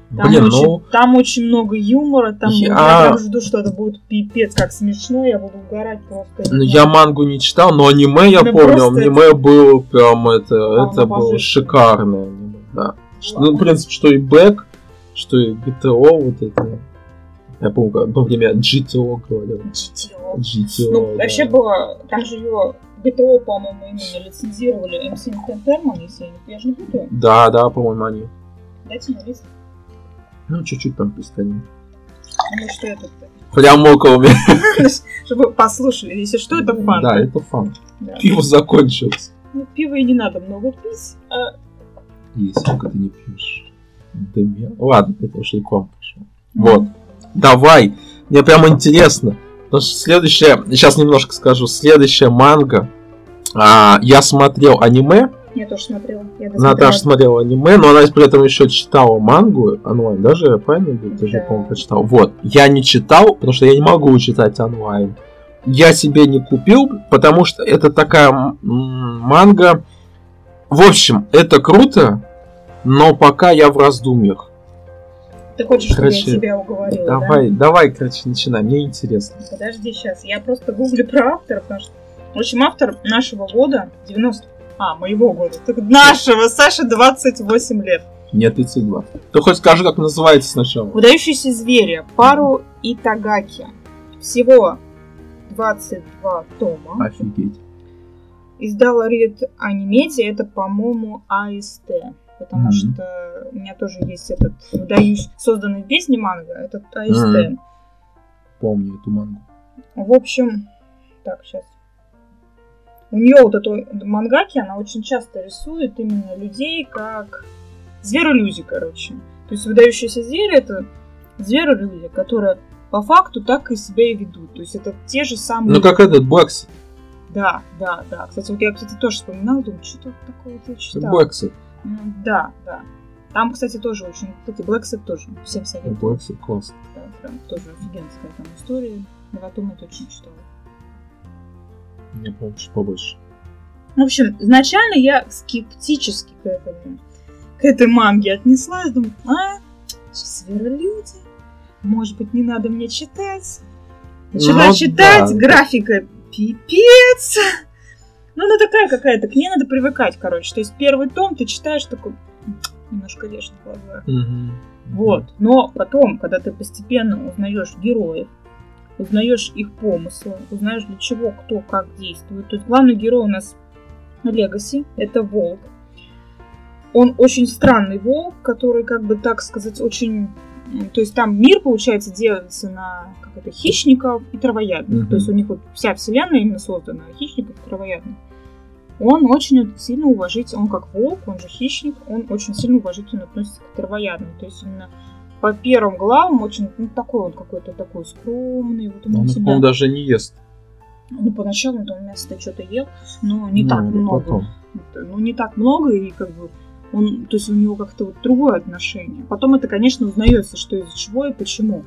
Там очень много юмора. Там я жду, что это будет пипец как смешно. Я буду угорать просто. Я мангу не читал, но аниме я помню. Аниме было прям это было шикарное аниме. Да. Ну, в принципе, что и Бэк, что и ГТО, вот это. Я помню, одно время GTO говорил. GTO. Ну, вообще было, там же его ГТО, по-моему, именно лицензировали MC Entertainment, если я же не путаю. Да, по-моему, они. Дайте на лист. Ну, чуть-чуть там писканем. Ну, что это-то? Прям около меня. Чтобы послушали, если что, это фан. Да, это фан. Пиво закончилось. Ну, пива и не надо много пить. Если только ты не пьешь. Ладно, это уж не к вам пришло. Вот. Давай. Мне прям интересно. Потому что следующая, сейчас немножко скажу, следующая манга. Я смотрел аниме. Я тоже смотрела. Наташа смотрела аниме, но она при этом еще читала мангу онлайн. Даже правильно будет? Ты же, по-моему, прочитал. Вот. Я не читал, потому что я не могу читать онлайн. Я себе не купил, потому что это такая манга. В общем, это круто, но пока я в раздумьях. Ты хочешь, чтобы я тебя уговорила, Давай, короче, начинай, мне интересно. Подожди, сейчас, я просто гуглю про автора, потому что, в общем, автор нашего года, моего года, так нашего, Саша, 28 лет. Нет, 32. Ты хоть скажи, как называется сначала. «Выдающиеся звери», Пару Итагаки. Всего 22 тома. Офигеть. Издала Read Animedia, это, по-моему, АСТ. Потому что у меня тоже есть этот созданный в бездне манга, этот АСТ. Помню эту мангу. В общем, так, сейчас. у нее вот эту мангаки, она очень часто рисует именно людей как зверолюди, короче. То есть выдающиеся звери — это зверолюди, которые по факту так и себя и ведут. То есть это те же самые... Ну, как этот Блэксет. Да. Кстати, вот я, тоже вспоминала, думаю, что-то такое вот я читала. Блэксет. Да. Там, кстати, тоже очень... Кстати, Блэксет тоже. Всем советую. Блэксет классно. Да, прям тоже офигенская там история. Я потом это очень читала. Мне, по-моему, чуть побольше. В общем, изначально я скептически к этой манге отнеслась. Думаю, зверолюди? Может быть, не надо мне читать? Начала читать, да, графика пипец. Ну, она такая какая-то, к ней надо привыкать, короче. То есть первый том ты читаешь такой, немножко режет в глаза. Вот. Но потом, когда ты постепенно узнаешь героев, узнаешь их помыслы, узнаешь, для чего, кто, как действует. То есть главный герой у нас Легаси, это волк. Он очень странный волк, который, как бы так сказать, очень... То есть там мир, получается, делится на хищников и травоядных. То есть у них вот вся вселенная именно создана хищников и травоядных. Он очень сильно уважительно, он как волк, он же хищник, он очень сильно уважительно относится к травоядным. То есть именно по первым главам очень, такой он какой-то такой скромный. Вот он даже не ест. Ну, поначалу он мясо-то что-то ел, но не так много. Потом. Ну, не так много, и как бы он, то есть у него как-то вот другое отношение. Потом это, конечно, узнается, что из-за чего и почему.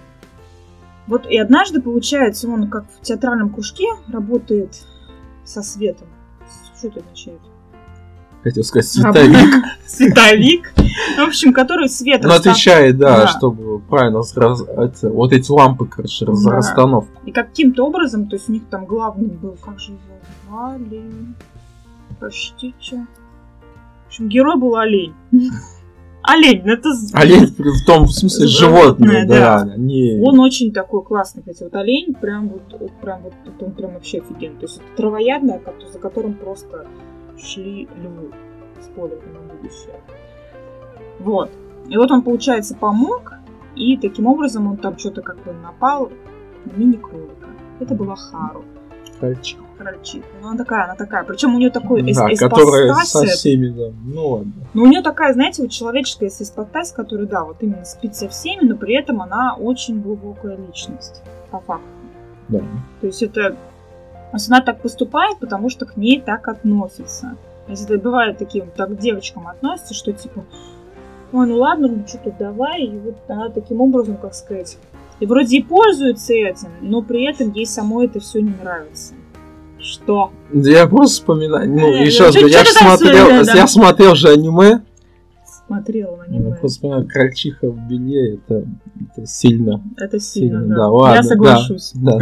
Вот и однажды, получается, он как в театральном кружке работает со светом. Что это означает? Хотел сказать световик. Световик. В общем, который свет... Он отвечает, да, чтобы правильно вот эти лампы, короче, расстановку. И каким-то образом, то есть у них там главный был, как же его звали? Простите. В общем, герой был олень. Олень, это... Олень в том смысле животное, да. Он очень такой классный, кстати. Вот олень прям он прям вообще офигенный. То есть это травоядное, за которым просто шли львы с поля на будущее. Вот. И вот он, получается, помог, и таким образом он там что-то как бы напал на мини-кролика. Это была Хару. Крольчиха. Ну, она такая. Причем у нее такой которая со всеми, да. Ну ладно. Но у нее такая, знаете, вот человеческая эспостась, которая, да, вот именно спит со всеми, но при этом она очень глубокая личность. По факту. Да. То есть это... Она так поступает, потому что к ней так относятся. Если бывает таким, так к девочкам относятся, что типа, ой, ну ладно, ну что тут давай, и вот она таким образом, как сказать, и вроде и пользуется этим, но при этом ей самой это все не нравится. Что? Я просто вспоминаю, еще раз говорю, я смотрел же аниме. Смотрела аниме. Я просто вспоминаю, крольчиха в белье, это сильно. Это сильно, да. Да, ладно, я соглашусь. Да.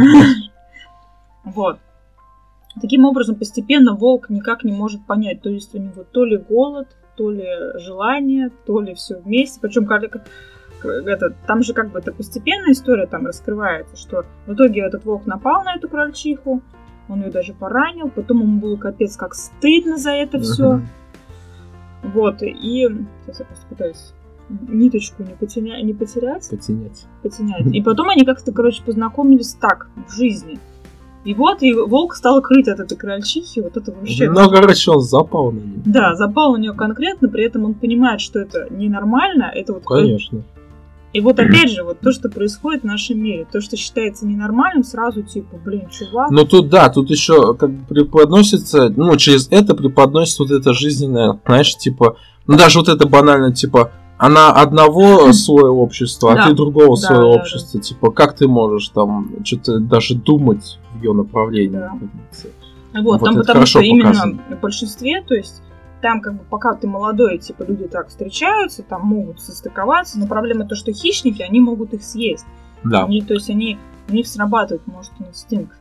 Вот. Таким образом, постепенно волк никак не может понять, то есть у него то ли голод, то ли желание, то ли все вместе. Причем там же как бы это постепенная история там раскрывается, что в итоге этот волк напал на эту крольчиху, он ее даже поранил, потом ему было капец как стыдно за это все. Вот, и сейчас я просто пытаюсь ниточку не потерять. Потянять. И потом они как-то, познакомились так, в жизни. И вот, и волк стал крыть от этой крольчихи, вот это вообще... Ну, короче, он запал на нее. Да, запал на нее конкретно, при этом он понимает, что это ненормально, это вот... Конечно. И вот опять же, вот то, что происходит в нашем мире, то, что считается ненормальным, сразу типа, чувак... Ну, тут еще как бы преподносится, через это преподносится вот это жизненное, знаешь, типа... даже вот это банально, типа... Она одного слоя общества, а ты другого слоя общества. Типа, как ты можешь там что-то даже думать в ее направлении? Да. Вот там потому что именно в большинстве, то есть там как бы пока ты молодой, типа люди так встречаются, там могут состыковаться, но проблема то, что хищники, они могут их съесть. Да. У них срабатывает, может, инстинкт.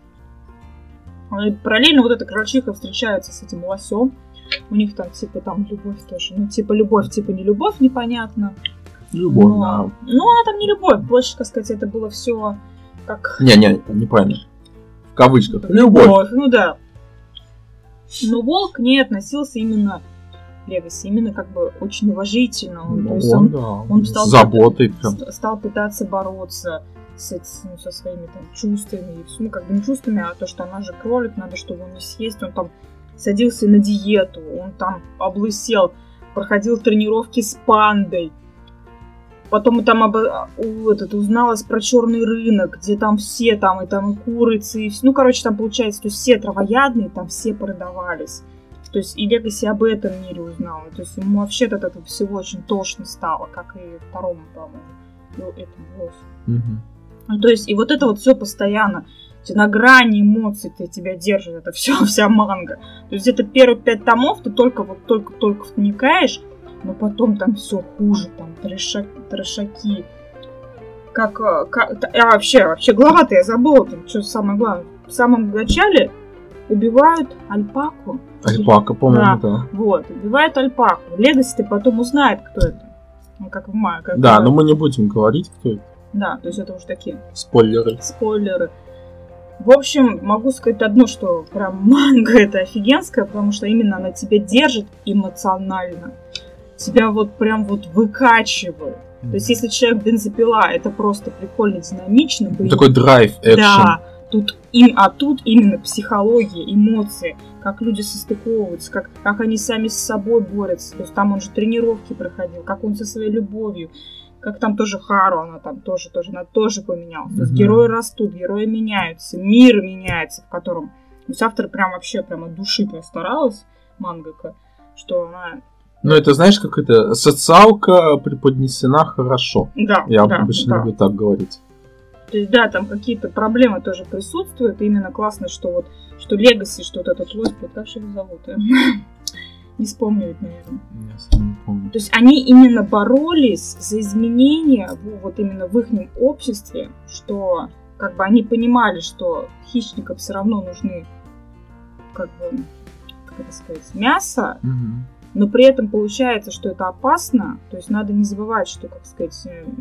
И параллельно вот эта крольчиха встречается с этим лосем. У них там, любовь тоже. Любовь, не любовь, непонятно. Любовь, да. Она там не любовь. Больше, так сказать, это было все как... неправильно. В кавычках. Любовь. Ну да. Но волк к ней относился именно Легаси, именно как бы очень уважительно. Он стал заботой. Стал пытаться бороться. со своими там чувствами, ну, как бы не чувствами, а то, что она же кролик, надо, чтобы он не съесть, он там садился на диету, он там облысел, проходил тренировки с пандой, потом там узналась про черный рынок, где там все, там и курицы, и все, ну, короче, там получается, то есть все травоядные, там все продавались. То есть и Легаси об этом мире узнала. То есть ему вообще от этого всего очень тошно стало, как и второму, по-моему, этому Лосю. Ну, то есть и вот это вот все постоянно. На грани эмоций тебя держит это все, вся манга. То есть где-то первые 5 томов ты только вникаешь, но потом там все хуже, там трешаки. Вообще глава-то я забыла, там что самое главное. В самом начале убивают альпаку. Альпака, по-моему, да. Вот, убивают альпаку. Легаси ты потом узнает, кто это. Ну, как в мае. Да, но мы не будем говорить, кто это. Да, то есть это уже такие... Спойлеры. В общем, могу сказать одно, что прям манга это офигенская, потому что именно она тебя держит эмоционально. Тебя вот прям вот выкачивает. То есть если человек бензопила, это просто прикольно, динамично. Такой драйв, экшен. Да. Тут именно психология, эмоции, как люди состыковываются, как они сами с собой борются. То есть там он же тренировки проходил, как он со своей любовью, как там тоже Хару, она там тоже поменялась. То есть герои растут, герои меняются, мир меняется, в котором... То есть автор прям вообще прям от души постаралась, мангака, что она... Ну, это, знаешь, как это, социалка преподнесена хорошо. Да, я обычно люблю так говорить. То есть, да, там какие-то проблемы тоже присутствуют. И именно классно, что Легаси, что вот этот лось, как же его зовут? Не вспомню, наверное. Я не помню. То есть они именно боролись за изменения вот именно в их обществе, что как бы они понимали, что хищникам все равно нужны, как бы, как это сказать, мясо, но при этом получается, что это опасно. То есть надо не забывать, что, как сказать,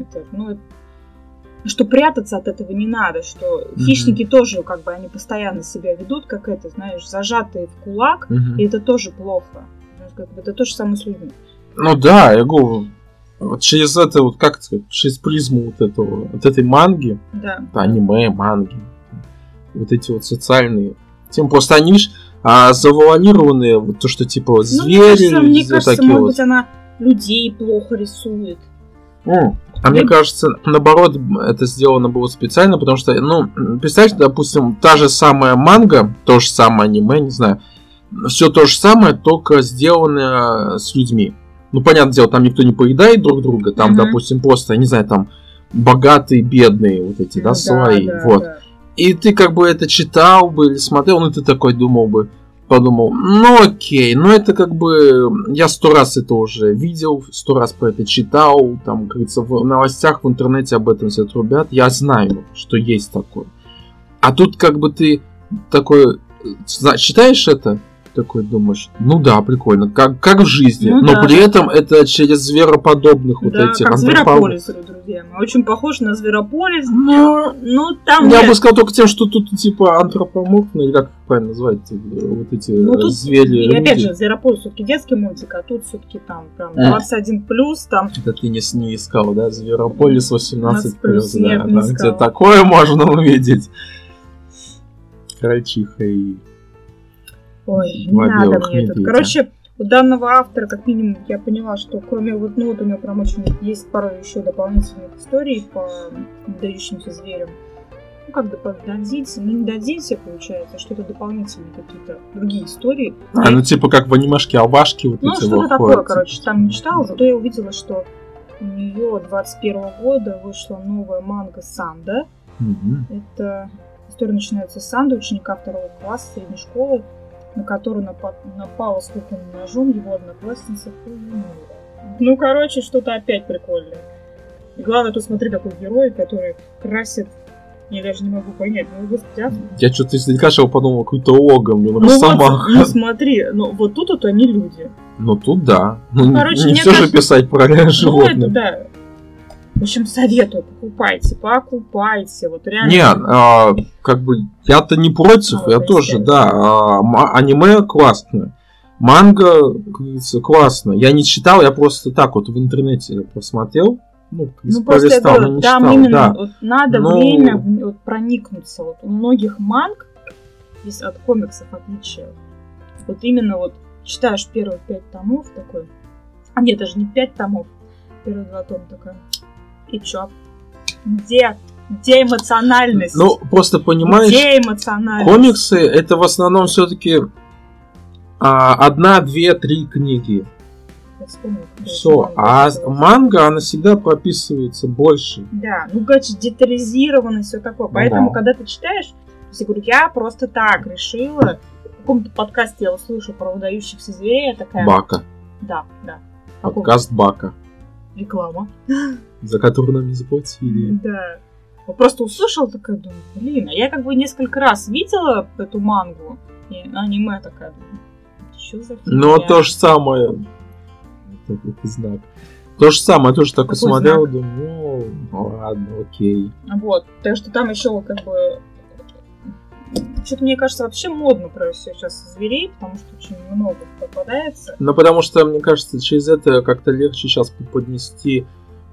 что прятаться от этого не надо, что хищники тоже, как бы, они постоянно себя ведут, как это, знаешь, зажатые в кулак, и это тоже плохо. Это то же самое с людьми. Ну да, я говорю, вот через это, вот как сказать, через призму вот этой манги, аниме, манги, вот эти вот социальные, тем просто они, видишь, завуалированные, вот то, что типа звери, мне кажется, может быть, она людей плохо рисует. Мне кажется, наоборот, это сделано было специально, потому что, представьте, допустим, та же самая манга, то же самое аниме, не знаю, все то же самое, только сделано с людьми. Ну, понятное дело, там никто не поедает друг друга, там, допустим, просто, я не знаю, там, богатые, бедные, вот эти, слои, вот. Да. И ты как бы это читал бы или смотрел, ты такой подумал, окей, это как бы, я 100 раз это уже видел, 100 раз про это читал, там, как говорится, в новостях, в интернете об этом все трубят, я знаю, что есть такое. А тут как бы ты такой, читаешь это, такой думаешь, да, прикольно, как в жизни, но при этом это через звероподобных вот этих как Зверополис, друзья мои, очень похож на Зверополис, но там я бы сказал только тем, что тут типа антропоморфные, или как правильно назвать, вот эти звери. И опять же, Зверополис все-таки детский мультик, а тут все-таки там прям 21+, там... Это ты не искал, да? Зверополис 18+, да, где такое можно увидеть. Крольчиха и... Ой, не надо мне это. Короче, у данного автора, как минимум, я поняла, что кроме вот у него прям очень есть порой еще дополнительных историй по выдающимся зверям. Как додзинси, не додзинси получается, а что-то дополнительные какие-то другие истории. Типа как в анимешке Авашки вот эти что-то такое, короче, там не читала, зато я увидела, что у нее 21 года вышла новая манга Санда. Это история начинается с Санды, ученика 2 класса средней школы, на которую напала с кухонным ножом его одноклассница Фузумура. Короче, что-то опять прикольное. И главное, тут смотри, какой герой, который красит... Я даже не могу понять, господи, я что-то издалека подумал, какой-то огом, росомаха. Вот, смотри, вот тут они люди. Тут да. Короче, не все же писать про животных. Это да. В общем, советую, покупайте, вот реально. Как бы, я-то не против, я тоже, да, аниме классное, манга, как говорится, классно. Я не читал, я просто так вот в интернете просмотрел, просто я говорю, там именно вот надо время вот проникнуться. Вот у многих манг есть от комиксов отличие. Вот именно вот читаешь первые 5 томов такой, а нет, даже не 5 томов, первые 2 тома такая. И чё? Где эмоциональность? Ну, просто понимаешь, где эмоциональность? Комиксы это в основном все-таки 1, 2, 3 книги. Все. А манга, она всегда прописывается больше. Да, ну, короче, детализировано все такое. Поэтому, когда ты читаешь, я говорю, я просто так решила. В каком-то подкасте я услышала про выдающихся зверей. Я такая... Бака. Да. Подкаст Бака. Реклама. За которую нам не заплатили. Да. Я просто услышала, такая, думаю, блин, а я как бы несколько раз видела эту мангу, и аниме такая, думаю, что за фигня? Ну, то же самое. Это знак. То же самое, я тоже так и смотрел, думаю, ладно, окей. Вот, так что там еще как бы... Что-то, мне кажется, вообще модно про сейчас зверей, потому что очень много попадается. Ну, потому что, мне кажется, через это как-то легче сейчас поднести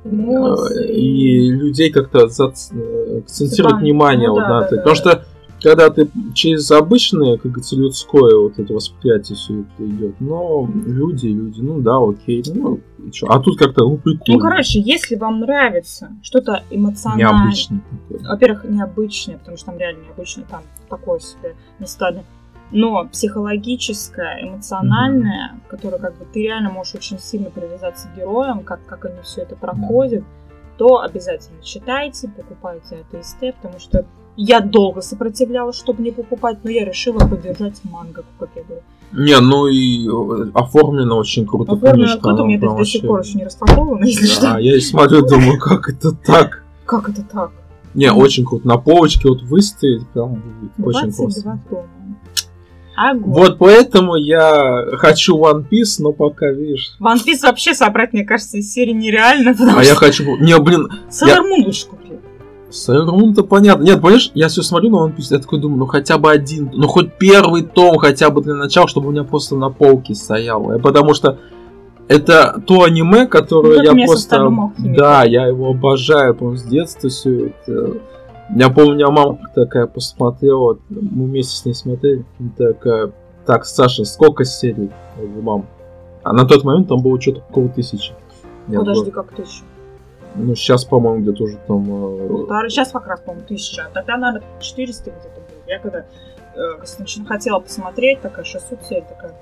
и людей как-то акцентировать внимание на это. Потому что, когда ты через обычное, как говорится, людское вот это восприятие все это идет, но люди, ну да, окей, ну и что? А тут как-то, прикольно. Ну, короче, если вам нравится что-то эмоциональное, необычное, во-первых, необычное, потому что там реально необычно, там такое себе местами, но психологическое, эмоциональное, которое как бы ты реально можешь очень сильно привязаться к героям, как они все это проходят, то обязательно читайте, покупайте это СТ, потому что я долго сопротивлялась, чтобы не покупать, но я решила поддержать мангу, как я говорю. Не, ну и оформлено очень круто. Оформлено круто, у меня до сих пор еще не распаковано, если что. Да, я и смотрю, думаю, как это так? Как это так? Не, очень круто. На полочке вот выставить, прям будет очень классно. 22 тома. Огонь. Вот поэтому я хочу One Piece, но пока, видишь... One Piece вообще собрать, мне кажется, из серии нереально, я хочу... Не, блин... Sailor Moon лучше купил. Sailor Moon-то понятно. Нет, понимаешь, я все смотрю на One Piece, я такой думаю, ну хотя бы один, ну хоть первый том хотя бы для начала, чтобы у меня просто на полке стояло. Потому что это то аниме, которое я просто... Да, я его обожаю, по-моему, с детства все это... Я помню, у меня мама такая посмотрела, мы вместе с ней смотрели, такая, так, Саша, сколько серий? Я говорю, мам. А на тот момент там было что-то около 1000. Подожди, как 1000? Ну, сейчас, по-моему, где-то уже там... Сейчас как раз, по-моему, 1000. Тогда, наверное, 400 где-то было. Я когда хотела посмотреть, такая 600 серий, такая...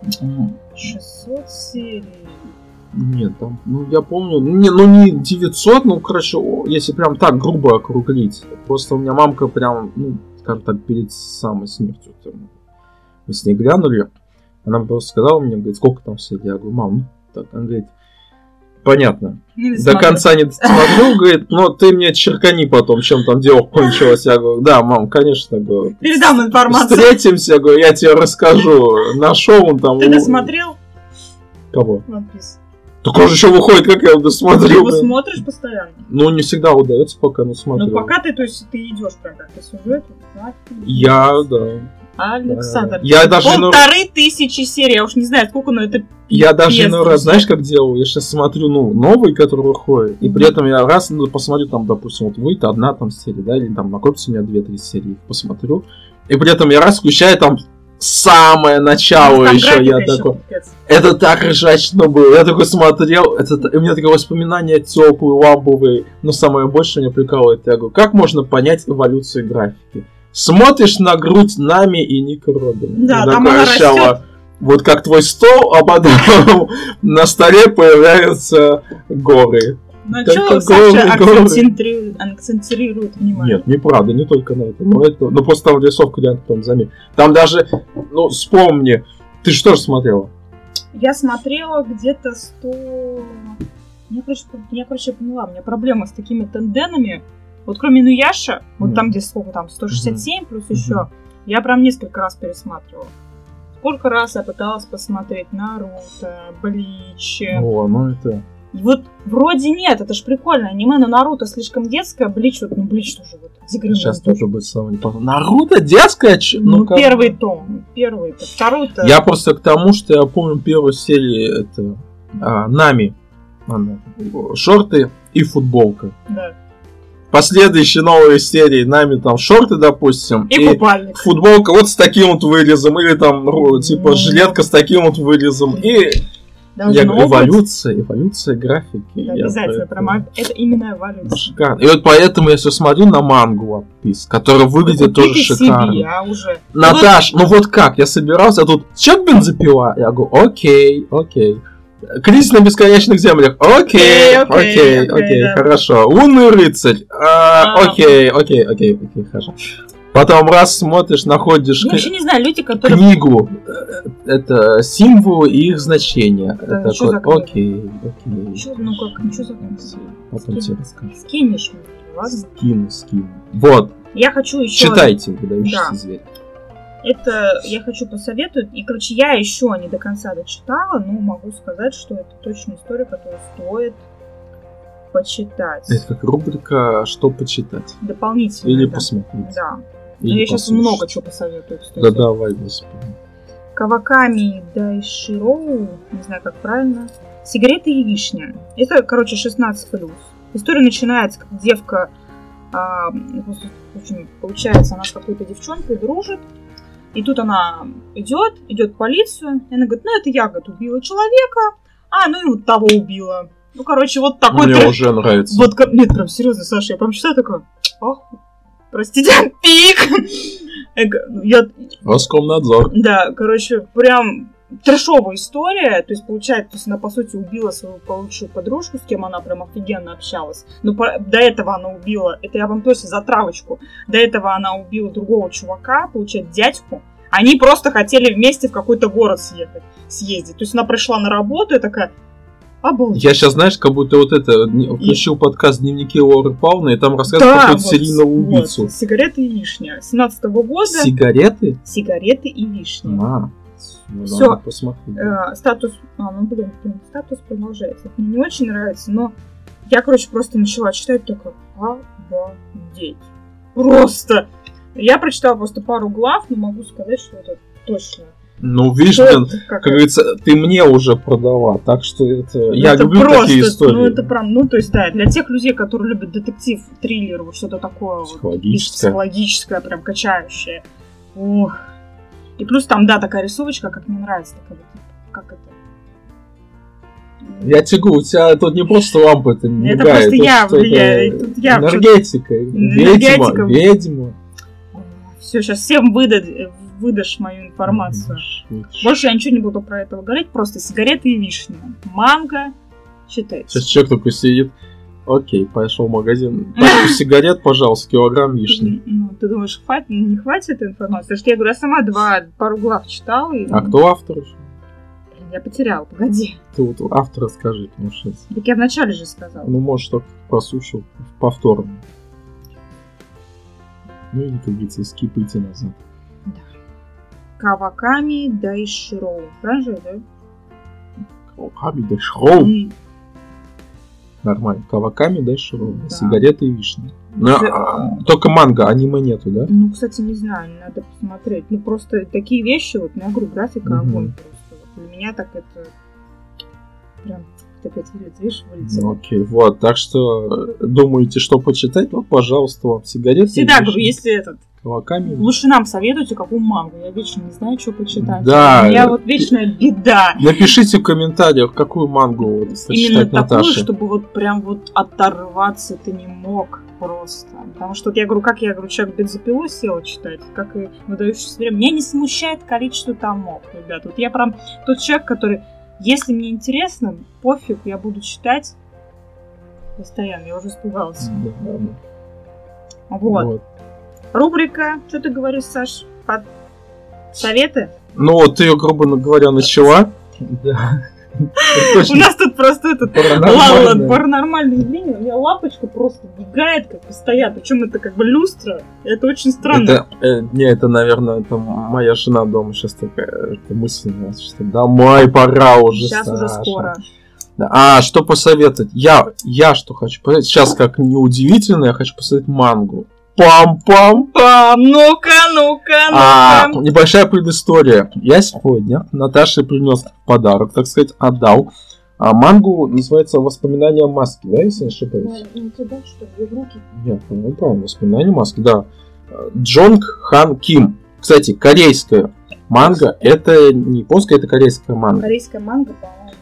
600 серий... Нет, там, ну, я помню, не 900, ну, короче, если прям так грубо округлить. Просто у меня мамка прям, ну, скажем так, перед самой смертью. Мы с ней глянули, она просто сказала мне, говорит, сколько там серий? Я говорю, мам, ну, так, она говорит, понятно. До конца не смотрю, говорит, но ты мне черкани потом, чем там дело кончилось. Я говорю, да, мам, конечно, говорю. Передам информацию. Встретимся, говорю, я тебе расскажу. Нашел он там... Ты досмотрел? Кого? One Piece. Так он же еще выходит, как я его досмотрю. Ты его смотришь постоянно? Ну, не всегда удается, пока смотрю. Ну, пока ты, то есть, ты идешь прям как по сюжету. Я, да. Александр, я даже 1500 серий, я уж не знаю, сколько, но это... Я даже иной раз, знаешь, как делал? Я сейчас смотрю, ну, новый, который выходит, и при этом я раз посмотрю, там, допустим, вот выйдет одна там серия, да, или там накопится у меня 2-3 серии, посмотрю, и при этом я раз включаю там самое начало еще, я такой... Это так ржачно было, я такой смотрел, и у меня такое воспоминание теплые, ламповые, но самое больше меня прикалывает, я говорю, как можно понять эволюцию графики? Смотришь на грудь Нами и Ника Робина. Да, там она растет. Вот как твой стол, а потом на столе появляются горы. Ну что Саша акцентирует внимание? Нет, неправда, не только на это. Но просто там рисовка реально потом заметит. Там даже, ну вспомни, ты что же смотрела? Я смотрела где-то 100... Я, короче, поняла, у меня проблема с такими тенденами. Вот кроме Инуяша, вот там где сколько там, 167 плюс еще, я прям несколько раз пересматривала. Сколько раз я пыталась посмотреть Наруто, Блич. О, ну это... Вот вроде нет, это ж прикольно. Аниме, но Наруто слишком детское, Блич вот, ну Блич тоже вот. Сейчас тоже будет самое непонятное. Наруто детское? Ну первый том, второй-то. Я просто к тому, что я помню первую серию, это Нами. шорты и футболка. Да. Последующие новые серии нами там шорты, допустим, и купальник. Футболка вот с таким вот вырезом, или там типа жилетка с таким вот вырезом. И эволюция графики. Да, обязательно, это именно эволюция. Шикарно. И вот поэтому я все смотрю на мангу One Piece, которая выглядит тоже шикарно. Себе, уже. Наташ, ну вот как, я собирался, а тут чек бензопила, я говорю, окей. Кризис на бесконечных землях. Окей, да. Хорошо. Лунный рыцарь. Окей, хорошо. Потом раз смотришь, находишь я еще не знаю, люди, которые... книгу. Это символы и их значения. Да, это такой, окей. Что за книга? Потом тебе расскажу. Скинешь мне, ладно? Скину. Вот. Я хочу еще... Читайте, выдающийся зверь. Это я хочу посоветовать. И, короче, я еще не до конца дочитала, но могу сказать, что это точно история, которую стоит почитать. Это как рубрика «Что почитать?» Дополнительно. Или посмотреть. Да. Но я сейчас много чего посоветую, кстати. Да давай, господи. Каваками Дайшироу, не знаю, как правильно. Сигареты и вишня. Это, короче, 16+. История начинается, как девка, в общем, получается, она с какой-то девчонкой дружит. И тут она идет в полицию, и она говорит, ну это я, говорит, убила человека, ну и вот того убила. Ну, короче, вот такой... Мне уже нравится. Вот, нет, прям серьезно, Саша, я прям читаю такое, простите, пик. Роскомнадзор. Да, короче, прям трэшовая история, то есть, получается, она, по сути, убила свою получшую подружку, с кем она прям офигенно общалась. Но до этого она убила, это я вам точно за травочку, до этого она убила другого чувака, получается, дядьку. Они просто хотели вместе в какой-то город съездить. То есть, она пришла на работу и такая, обалдеть. Я сейчас, знаешь, как будто вот это, включил подкаст «Дневники Лоры Павловны», и там рассказывают какую-то серийного убийцу. Вот, «Сигареты и вишня» 17-го года. Сигареты? Сигареты и вишня. Все. Статус продолжается. Мне не очень нравится, но я, короче, просто начала читать, такая, обалдеть. Просто. Я прочитала просто пару глав, но могу сказать, что это точно. Ну, видишь, блин, как говорится, ты мне уже продала, так что это... Я люблю просто такие истории. Ну, это прям, ну, то есть, да, для тех людей, которые любят детектив, триллер, вот что-то такое психологическое, прям качающее. Ох. И плюс там, да, такая рисовочка, как мне нравится, такая, как это... Я тебе говорю, у тебя тут не просто лампа, это мигает. Это просто я влияю. Энергетика. Ведьма. Все, сейчас всем выдашь мою информацию. Больше я ничего не буду про это говорить, просто сигареты и вишня. Манго, читайте. Сейчас человек такой сидит. Окей, пошел в магазин. Пачку сигарет, пожалуйста, килограмм вишни. Ну, ты думаешь, не хватит этой информации? Потому что я говорю, я сама пару глав читала. А кто автор еще? Я потеряла, погоди. Ты вот автора скажи, потому что... Так я вначале же сказала. Ну, может, только прослушал повторно. Ну и, как говорится, скипайте назад. Да. Каваками Дайшироу. Правильно, да? Каваками Дайшироу. Нормально. Каваками Дайшироу. Да. Сигареты и вишни. Только манго, аниме нету, да? Ну, кстати, не знаю, надо посмотреть. Ну, просто такие вещи, вот, я говорю, графика огонь просто. Вот, для меня так это прям опять вылетело. Ну, окей, вот, так что думаете, что почитать, вот, пожалуйста, вам сигареты. Всегда говорю, если этот Каваками. Лучше нам советуйте, какую мангу. Я вечно не знаю, что почитать. Да. У меня вот вечная беда. Напишите в комментариях, какую мангу вот почитать именно такую, Наташе. чтобы вот прям вот оторваться ты не мог просто. Потому что вот я говорю, человек бензопилу сел читать, как и выдающееся время. Меня не смущает количество томов, ребят. Вот я прям тот человек, который, если мне интересно, пофиг, я буду читать постоянно. Я уже испугалась. Да. Вот. Рубрика, что ты говоришь, Саш? Советы? Ну вот ты ее, грубо говоря, начала. Да. У нас тут просто этот паранормальное явление. У меня лампочка просто мигает, как постоянно. Причем это как бы люстра. Это очень странно. Это, наверное, это моя жена дома сейчас такая мысль у нас, что домой пора уже. Сейчас уже скоро. А, что посоветовать? Я что хочу посоветовать? Сейчас, как неудивительно, я хочу посоветовать мангу. Пам-пам-пам! Ну-ка! Небольшая предыстория. Я сегодня Наташе принес подарок, так сказать, отдал А мангу называется «Воспоминания маски», да, если не ошибаюсь? Ну, ты дал, что ли, в руки? Нет, ну правильно, «Воспоминания маски», да. Джонг Хан Ким. Кстати, корейская манга, это не японская, это корейская манга. Корейская манга, по-моему,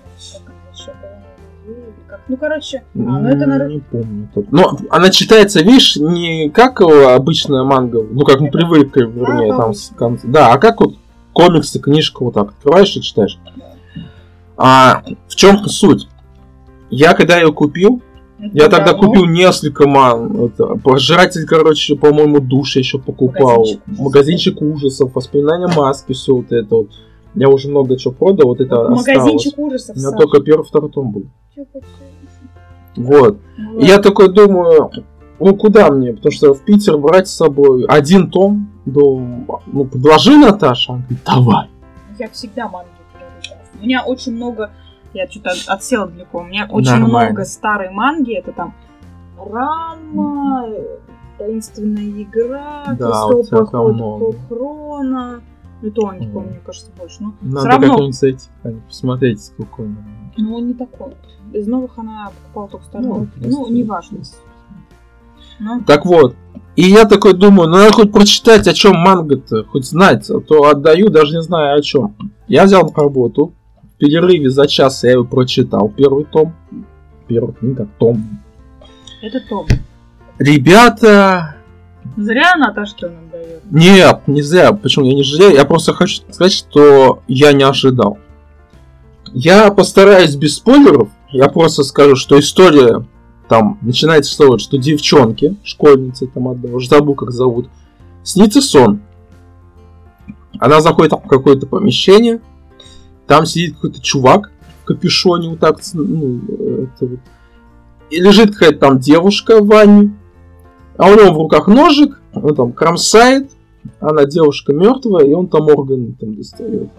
ну, короче, это, наверное... Не помню. Но она читается, видишь, не как обычная манга, ну, как мы привыкли, вернее, там с конца. Да, а как вот комиксы, книжка вот так открываешь и читаешь. А в чем суть? Я когда ее купил, я тогда купил несколько Пожиратель, короче, по-моему, душ я еще покупал. Магазинчик ужасов, Воспоминания маски, все вот это вот. Я уже много чего продал, вот это осталось. Магазинчик ужасов. У меня только первый, второй том был. Вот. И я такой думаю, ну куда мне? Потому что в Питер брать с собой один том. Ну, предложи, Наташа. Он говорит, давай. Я всегда манги приобретаю. У меня очень много... Я что-то отсела далеко. У меня очень много старой манги. Это там Рама, Таинственная игра, Крестовый поход Хрона. Ну, то не помню, мне кажется, больше. Но надо как-нибудь зайти, посмотреть, сколько он. Ну, он не такой. Из новых она покупала только старую. Ну, неважно. Так вот. И я такой думаю, ну надо хоть прочитать, о чем манга-то, хоть знать, а то отдаю, даже не знаю о чем. Я взял на работу, в перерыве за час я его прочитал, первый том. Первая книга, том. Это том. Ребята... Зря Наташа что нам дает. Нет, не зря. Почему? Я не жалею. Я просто хочу сказать, что я не ожидал. Я постараюсь без спойлеров. Я просто скажу, что история там начинается с того, что девчонки, школьницы там одна, уже забыл, как зовут, снится сон. Она заходит в какое-то помещение. Там сидит какой-то чувак в капюшоне вот так. Ну, это вот. И лежит какая-то там девушка в ванне. А у него в руках ножик, он там кромсает, она девушка мертвая, и он там органы там достает.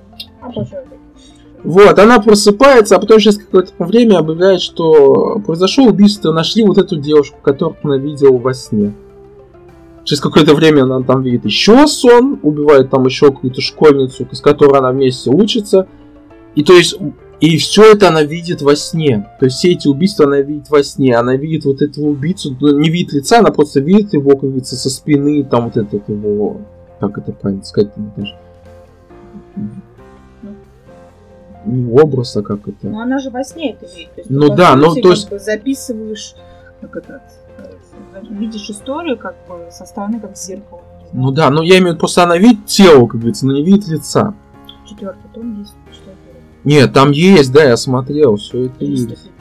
Вот, она просыпается, а потом через какое-то время объявляет, что произошло убийство, нашли вот эту девушку, которую она видела во сне. Через какое-то время она там видит еще сон, убивает там еще какую-то школьницу, с которой она вместе учится. И то есть... И все это она видит во сне. То есть все эти убийства она видит во сне. Она видит вот этого убийцу, не видит лица, она просто видит его, как говорится, со спины, там вот этот его... Как это правильно сказать? Не образ, а как это? Ну она же во сне это видит. То есть, ну да, ну то есть... Записываешь, как это... Видишь историю как бы со стороны, как зеркало. Ну да, но я имею в виду, просто она видит тело, как говорится, но не видит лица. 4-й том есть. Нет, там есть, да, я смотрел, все это есть.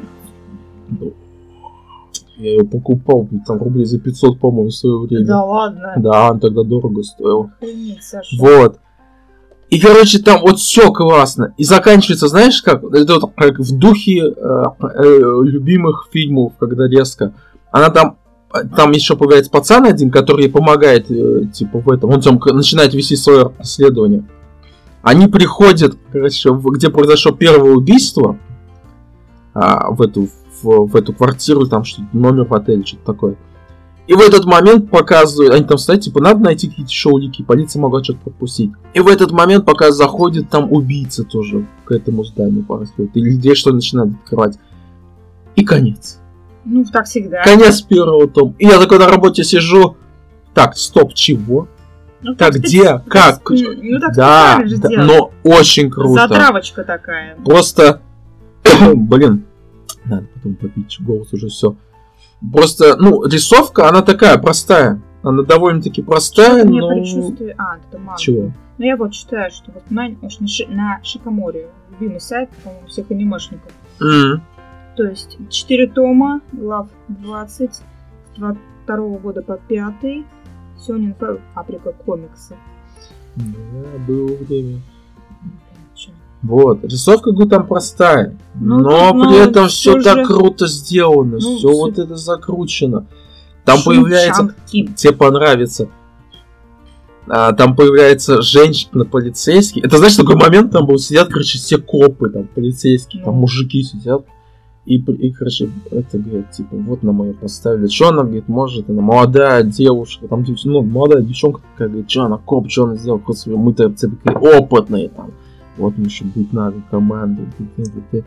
Я ее покупал, там рублей за 500, по-моему, в свое время. Да ладно? Да, он тогда дорого стоил. Охренеть, Саша. Вот. И, короче, там вот все классно. И заканчивается, знаешь, как? Это вот как в духе любимых фильмов, когда резко. Она там еще появляется пацан один, который ей помогает, типа, в этом. Он там начинает вести свое расследование. Они приходят, короче, где произошло первое убийство, в эту квартиру, там что-то, номер в отеле, что-то такое. И в этот момент показывают, они там стоят, типа, надо найти какие-то еще улики, полиция могла что-то пропустить. И в этот момент, пока заходит там убийца тоже к этому зданию, происходит, или где что начинает открывать. И конец. Ну, так всегда. Конец первого тома. И я такой на работе сижу, так, стоп, чего? Ну, так где? Как? Ну, так да, но очень круто. Затравочка такая. Просто, блин, надо потом попить, голос уже все. Просто, ну, рисовка, она такая простая. Она довольно-таки простая, но... Мне предчувствие... это манга. Чего? Ну, я вот читаю, что вот на Шикаморе, любимый сайт, по-моему, всех анимешников. То есть 4 тома, глав 20, с 22 года по 5. Сёнэн Фабрика комиксы. Да, было время. Вот, рисовка, говорю, там простая, но при этом все так круто сделано, все вот это закручено. Там появляется, тебе понравится, там появляется женщина-полицейский. Это, знаешь, такой момент, там был, сидят, короче, все копы, там, полицейские, там, мужики сидят. И, короче, это, говорит, типа, вот на мою поставили. Что она, говорит, может, она молодая девушка, там, ну, молодая девчонка такая, говорит, что она коп, что она сделала, мы-то опытные, там. Вот, мы еще быть надо, команду.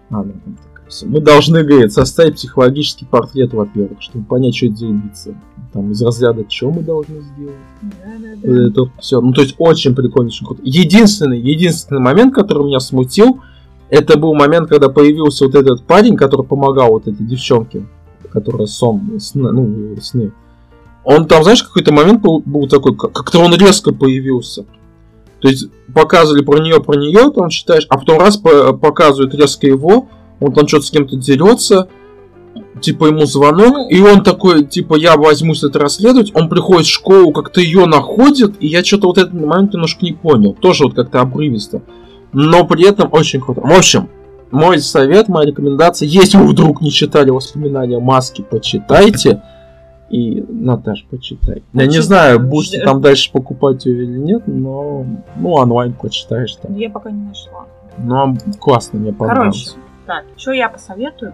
Мы должны, говорит, составить психологический портрет, во-первых, чтобы понять, что это за убийца. Там из разряда, что мы должны сделать. Да. Это все. Ну, то есть, очень прикольно, очень круто. Единственный момент, который меня смутил, это был момент, когда появился вот этот парень, который помогал вот этой девчонке, которая сны. Он там, знаешь, какой-то момент был такой, как-то он резко появился. То есть, показывали про нее, там читаешь, а потом раз показывают резко его, он там что-то с кем-то дерется, типа ему звонок, и он такой, типа, я возьмусь это расследовать, он приходит в школу, как-то ее находит, и я что-то вот этот момент немножко не понял, тоже вот как-то обрывисто, но при этом очень круто. В общем, мой совет, моя рекомендация, если вы вдруг не читали «Воспоминания Маски», почитайте, и, Наташ, почитай. Я не знаю, будете там дальше покупать ее или нет, но, онлайн почитаешь там. Я пока не нашла. Ну, классно, мне понравилось. Короче, так, что я посоветую?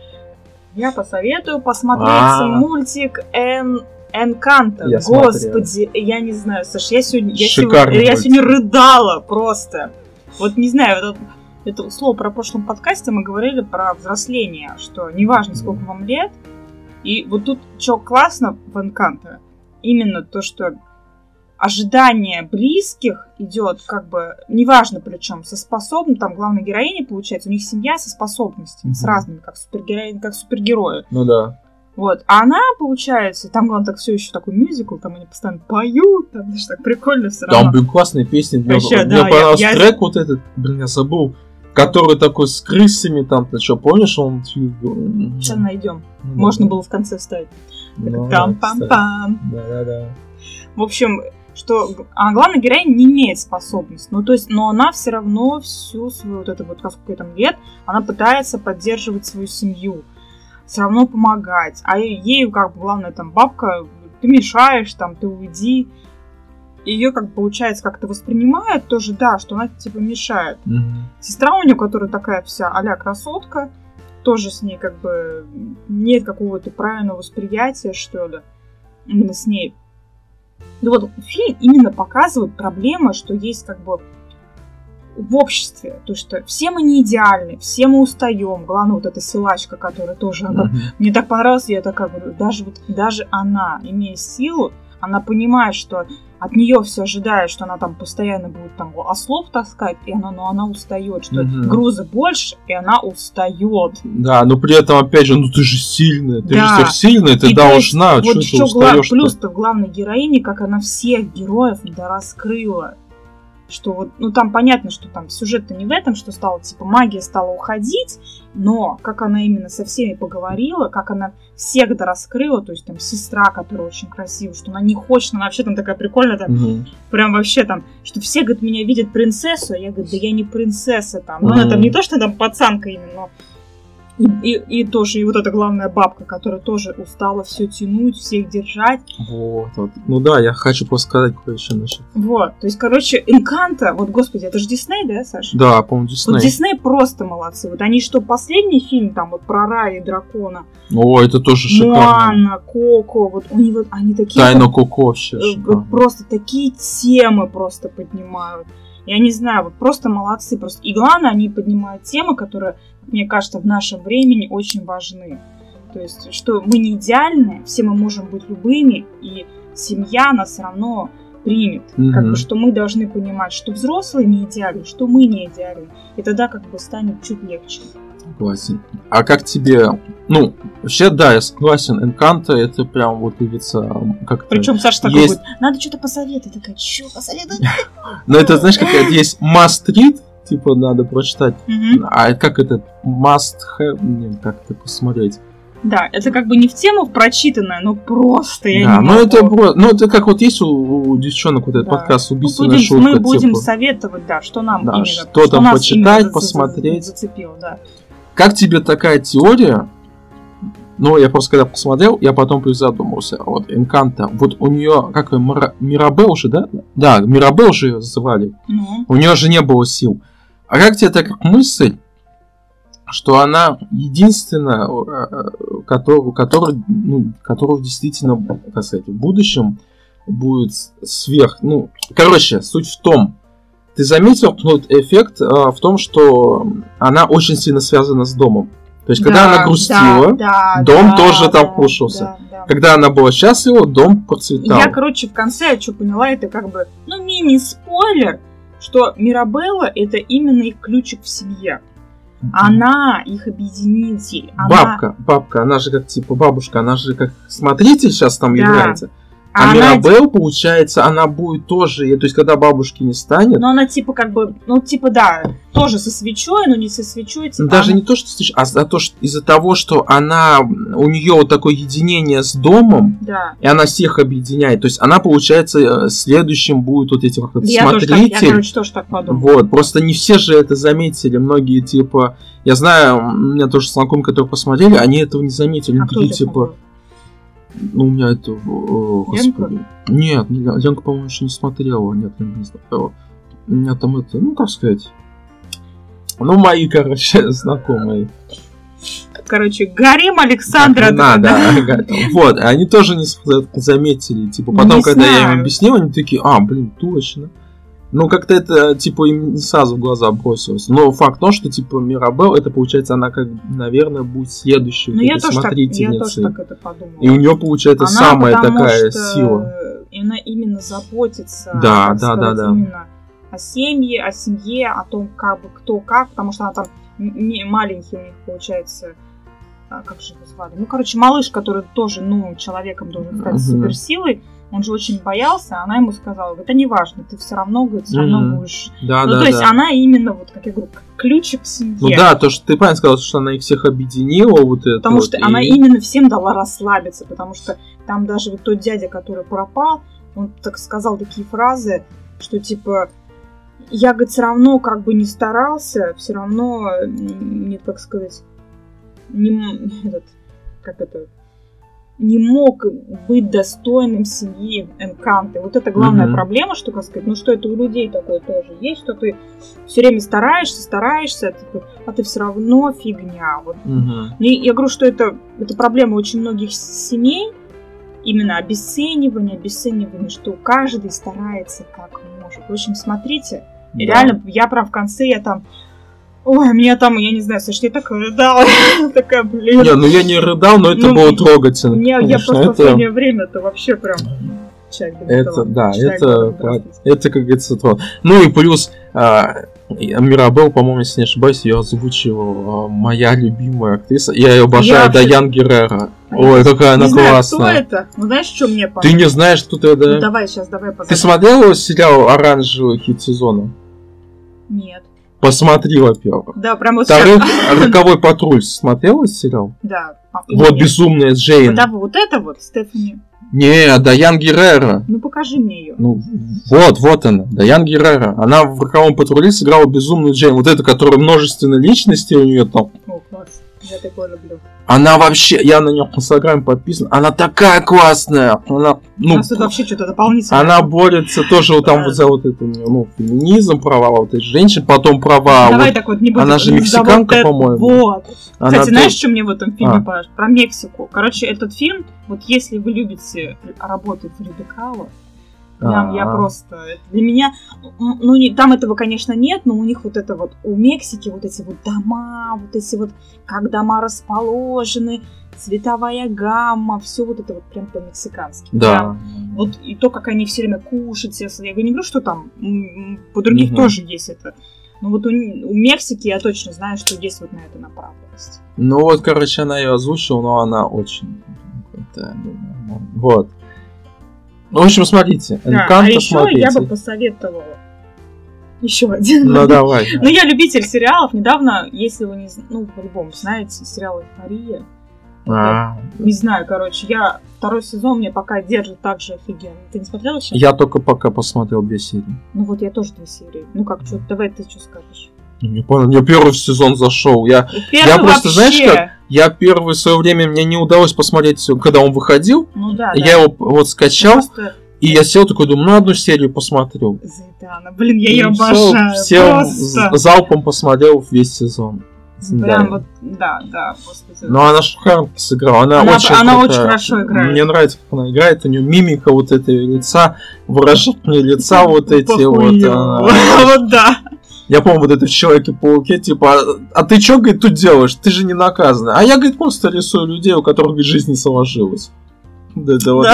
Я посоветую посмотреть мультик Энканто. Господи, я не знаю, Саш, я сегодня рыдала просто. Вот не знаю, это слово про прошлом подкасте мы говорили про взросление, что неважно, сколько вам лет. И вот тут что классно в Энканто, именно то, что ожидание близких идет как бы, неважно причем, со способностью, там главная героиня, получается, у них семья со способностями, с разными, как супергерои. Ну да. Вот, а она, получается, там, главное, так все еще такой мюзикл, там они постоянно поют, там, знаешь, так прикольно все равно. Там, блин, классные песни, мне понравился трек вот этот, блин, я забыл, который такой с крысами, там, ты что, помнишь, он... Сейчас найдем, можно было в конце вставить. Там-пам-пам. Да. В общем... А главная героиня не имеет способность. Но она все равно всю свою вот это вот сколько там лет, она пытается поддерживать свою семью, все равно помогать. А ей как бы главная там бабка, ты мешаешь, там, ты уйди. Ее как бы получается как-то воспринимает тоже, да, что она типа мешает. Сестра у нее, которая такая вся а-ля красотка, тоже с ней как бы нет какого-то правильного восприятия, что ли, именно с ней. И вот фильм именно показывает проблему, что есть как бы в обществе, то что все мы не идеальны, все мы устаем. Главное, вот эта силачка, которая тоже, она, мне так понравилась, я такая говорю, даже она, имея силу, она понимает, что от нее все ожидает, что она там постоянно будет там ослов таскать, и она устает, что груза больше, и она устает. Да, но при этом, опять же, ты же сильная, ты же всех сильная, ты должна, вот что ты устаешь-то? Плюс-то в главной героине, как она всех героев раскрыла. Что вот, там понятно, что там сюжет-то не в этом, что стало, типа, магия стала уходить, но как она именно со всеми поговорила, как она всех раскрыла, то есть там сестра, которая очень красивая, что она не хочет, она вообще там такая прикольная, там, прям вообще там, что все, говорит, меня видят принцессу, а я говорю, да я не принцесса там, ну она там не то, что там пацанка именно, но и тоже, и вот эта главная бабка, которая тоже устала все тянуть, всех держать. Вот. Ну да, я хочу просто сказать кое-что насчет. Вот, то есть, короче, Энканто, вот, господи, это же Дисней, да, Саша? Да, по-моему, Дисней. Вот Дисней просто молодцы. Вот они что, последний фильм там вот про рай и дракона? О, это тоже шикарно. Моана, Коко, вот у них вот они такие... Тайна Коко вообще шикарно. Вот просто такие темы просто поднимают. Я не знаю, вот просто молодцы. Просто. И главное, они поднимают темы, которые, мне кажется, в нашем времени очень важны. То есть, что мы не идеальны, все мы можем быть любыми, и семья нас все равно примет. Как бы, что мы должны понимать, что взрослые не идеальны, что мы не идеальны. И тогда как бы станет чуть легче. Согласен. А как тебе... Ну, вообще, да, я согласен. Энканто это прям вот певица... Причем Саша такой будет, надо что-то посоветовать. Такая, что посоветовать? Ну, это, знаешь, как есть must read, типа, надо прочитать. А как это must have, как это посмотреть? Да, это как бы не в тему прочитанное, но просто я да, не могу. Это как вот есть у девчонок вот этот подкаст «Убийственная шутка». Мы будем советовать, да, что нам именно... Что там почитать, посмотреть. Зацепило, да. Как тебе такая теория? Ну, я просто когда посмотрел, я потом призадумался. Вот, Энканто, вот у нее, как Мирабел же, да? Да, Мирабел же ее звали. У нее же не было сил. А как тебе такая мысль, что она единственная, которая действительно, как сказать, в будущем будет сверх... Ну, короче, суть в том, ты заметил, эффект в том, что она очень сильно связана с домом. То есть, когда она грустила, дом тоже там кушался. Когда она была счастлива, дом процветал. Я, короче, в конце, что поняла, это как бы, мини-спойлер, что Мирабелла — это именно их ключик в семье. Она их объединитель. Бабка, она же как типа бабушка, она же как смотритель сейчас там является. А Мирабелл, получается, она будет тоже, то есть, когда бабушки не станет... Но она типа как бы, тоже со свечой, но не со свечой. Типа, даже не то, что из-за того, что у нее вот такое единение с домом, и она всех объединяет. То есть, она, получается, следующим будет вот этих смотрителей. Я, короче, тоже так подумала. Вот, просто не все же это заметили. Многие, типа, я знаю, у меня тоже знакомые, которые посмотрели, они этого не заметили. А кто типа... у меня это... Господи. Нет, Ленка, по-моему, еще не смотрела. Нет, Ленка не смотрела. У меня там это... как сказать... мои, короче, знакомые. Короче, Гарем Александра. Вот, они тоже не заметили. Типа, потом, когда я им объяснил, они такие, точно. Как-то это, типа, им не сразу в глаза бросилось. Но факт в том, что, типа, Мирабелл, это, получается, она, наверное, будет следующей смотрительницей. Я тоже так это подумала. И у нее, получается, самая такая сила. Она именно заботится именно о семье, о том, как бы, кто как, потому что она там маленький у них, получается, как же его звали? Малыш, который тоже, человеком должен стать суперсилой. Он же очень боялся, она ему сказала, это не важно, ты все равно, будешь... то есть она именно, как я говорю, ключик к семье. То, что ты правильно сказала, что она их всех объединила, Потому что она именно всем дала расслабиться, потому что там даже тот дядя, который пропал, он так сказал такие фразы, что типа, я, говорит, все равно как бы не старался, все равно, как сказать, не мог быть достойным семьи Энканты. Вот это главная проблема, что, как сказать, что это у людей такое тоже есть, что ты все время стараешься, а ты все равно фигня. И я говорю, что это проблема очень многих семей, именно обесценивание, что каждый старается как может. В общем, смотрите, реально, я прям в конце, меня там, я не знаю, Саша, я так рыдала. Такая, блин. Я не рыдал, но это было трогательно. Я просто в последнее время-то вообще прям... Это, как говорится, то. И плюс Мирабелл, по-моему, если не ошибаюсь, ее озвучивала моя любимая актриса. Я ее обожаю, Дайан Геррера. Ой, какая она классная. Кто это? Знаешь, что мне понравилось? Ты не знаешь, кто это, да? Давай позовем. Ты смотрела сериал «Оранжевый хит сезона»? Нет. Посмотри, во-первых. Да, прям вот Во-вторых, «Роковой патруль» смотрела сериал? Да. «Безумная Джейн». Да, вот это Стефани. Не, Дайан Геррера. Покажи мне ее. Вот она, Дайан Геррера. Она в «Роковом патруле» сыграла безумную Джейн. Вот эту, которая множественные личности у нее там. О, класс. Я такое люблю. Она вообще, я на нее в Инстаграме подписан, она такая классная. Она, вообще что-то дополнительное. Она борется тоже за это, феминизм, права женщин, потом права. Давай так не будем. Она же мексиканка, по-моему. Вот. Кстати, знаешь, что мне в этом фильме понравилось? Про Мексику. Короче, этот фильм, если вы любите работать в Ребекало, прям я просто... Для меня... там этого, конечно, нет, но у них у Мексики эти дома, как дома расположены, цветовая гамма, все это прям по-мексикански. Да. Прям, и то, как они все время кушают. Я не говорю, что там по других тоже есть это. Но у Мексики я точно знаю, что есть на это направленность. Короче, она ее озвучила, но она очень... Вот. В общем, смотрите. А еще я бы посоветовала еще один. Давай. Я любитель сериалов. Недавно, если вы не по-любому знаете, сериал «Эйфория». Не знаю, короче, я второй сезон мне пока держит так же офигенно. Ты не смотрел еще? Я только пока посмотрел 2 серии. Я тоже 2 серии. Давай ты что скажешь? Не понял, мне первый сезон зашел. Я просто, знаешь как, я первое свое время, мне не удалось посмотреть, когда он выходил. Я его скачал, и я сел такой, думаю, одну серию посмотрю. Заедана, блин, я ее обожаю. Залпом посмотрел весь сезон. Прям вот, да, господи. Но она шикарно сыграла, она очень хорошо играет. Мне нравится, как она играет, у нее мимика вот этого лица, выражение лица вот эти вот. Вот да. Я помню, вот это в Человеке-пауке, типа, а ты что, говорит, тут делаешь? Ты же не наказана. А я, говорит, просто рисую людей, у которых, говорит, жизнь не сложилась. Да.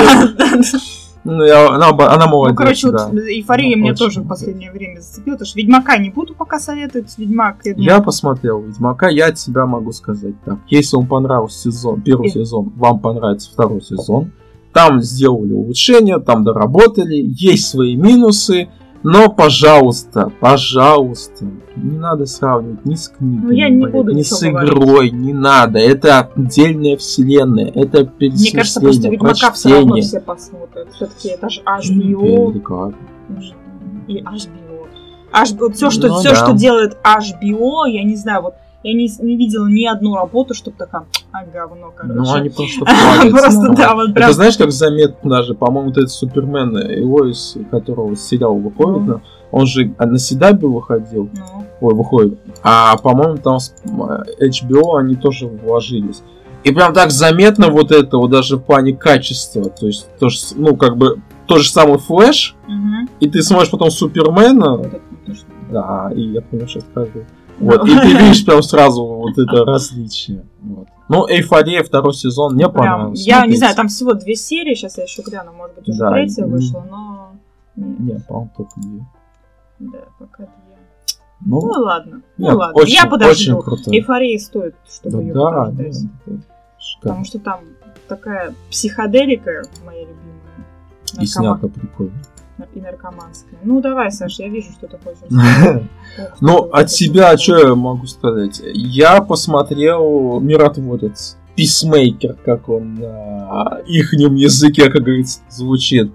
Она молодец. Ну, короче, вот эйфория меня тоже в последнее время зацепила, потому что Ведьмака не буду пока советовать. Ведьмак. Я посмотрел Ведьмака, я от себя могу сказать так. Если вам понравился первый сезон, вам понравится второй сезон. Там сделали улучшения, там доработали, есть свои минусы. Но, пожалуйста, не надо сравнивать ни с книгой, ни с игрой, не надо. Это отдельная вселенная, это пересмысление, мне кажется, просто Ведьмака все равно все посмотрят. Все-таки это же HBO. И HBO. Все, что делает HBO, я не знаю, вот я не видела ни одну работу, чтобы такая, говно, короче. Ну, они просто хвалятся. Это знаешь, как заметно даже, по-моему, вот этот Супермен, его из которого сериал выходит, он же на Седабе выходил, выходит, а, по-моему, там с HBO они тоже вложились. И прям так заметно вот это, вот даже в плане качества, то есть, тоже, ну, как бы, тот же самый Флэш, и ты смотришь потом Супермена, да, и я понял, что скажу. Вот, и ты видишь прям сразу вот это различие. Вот. Ну, Эйфория, второй сезон, мне понравился. Я не знаю, там всего 2 серии, сейчас я еще гляну, может быть, уже 3 вышла, но... Нет, по-моему, только 2. Да, пока 2. Ну ладно, очень, я подожду. Эйфория стоит, чтобы ее подождать. Потому что там такая психоделика, моя любимая. И снято прикольно. И наркоманская. Ну, давай, Саш, я вижу, что ты хочешь. Ну, от себя, что я могу сказать? Я посмотрел «Миротворец». Писмейкер, как он на ихнем языке, как говорится, звучит.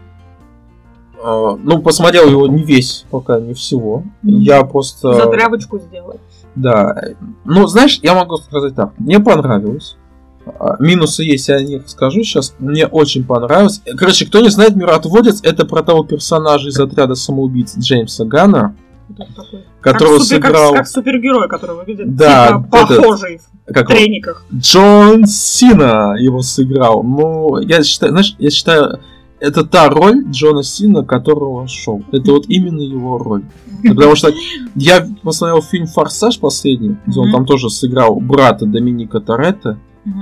Ну, посмотрел его не весь, пока не всего. Я просто... Затрявочку сделал. Да. Ну, знаешь, я могу сказать так. Мне понравилось. Минусы есть, я о них скажу сейчас. Мне очень понравилось. Короче, кто не знает, «Миротворец» — это про того персонажа из отряда самоубийц Джеймса Ганна, которого сыграл... Как супергерой, который выглядит типа похожий в трениках. Джон Сина его сыграл. Ну, я считаю, это та роль Джона Сина, которого он шел. Это вот именно его роль. Потому что я посмотрел фильм «Форсаж» последний, где он там тоже сыграл брата Доминика Торетто.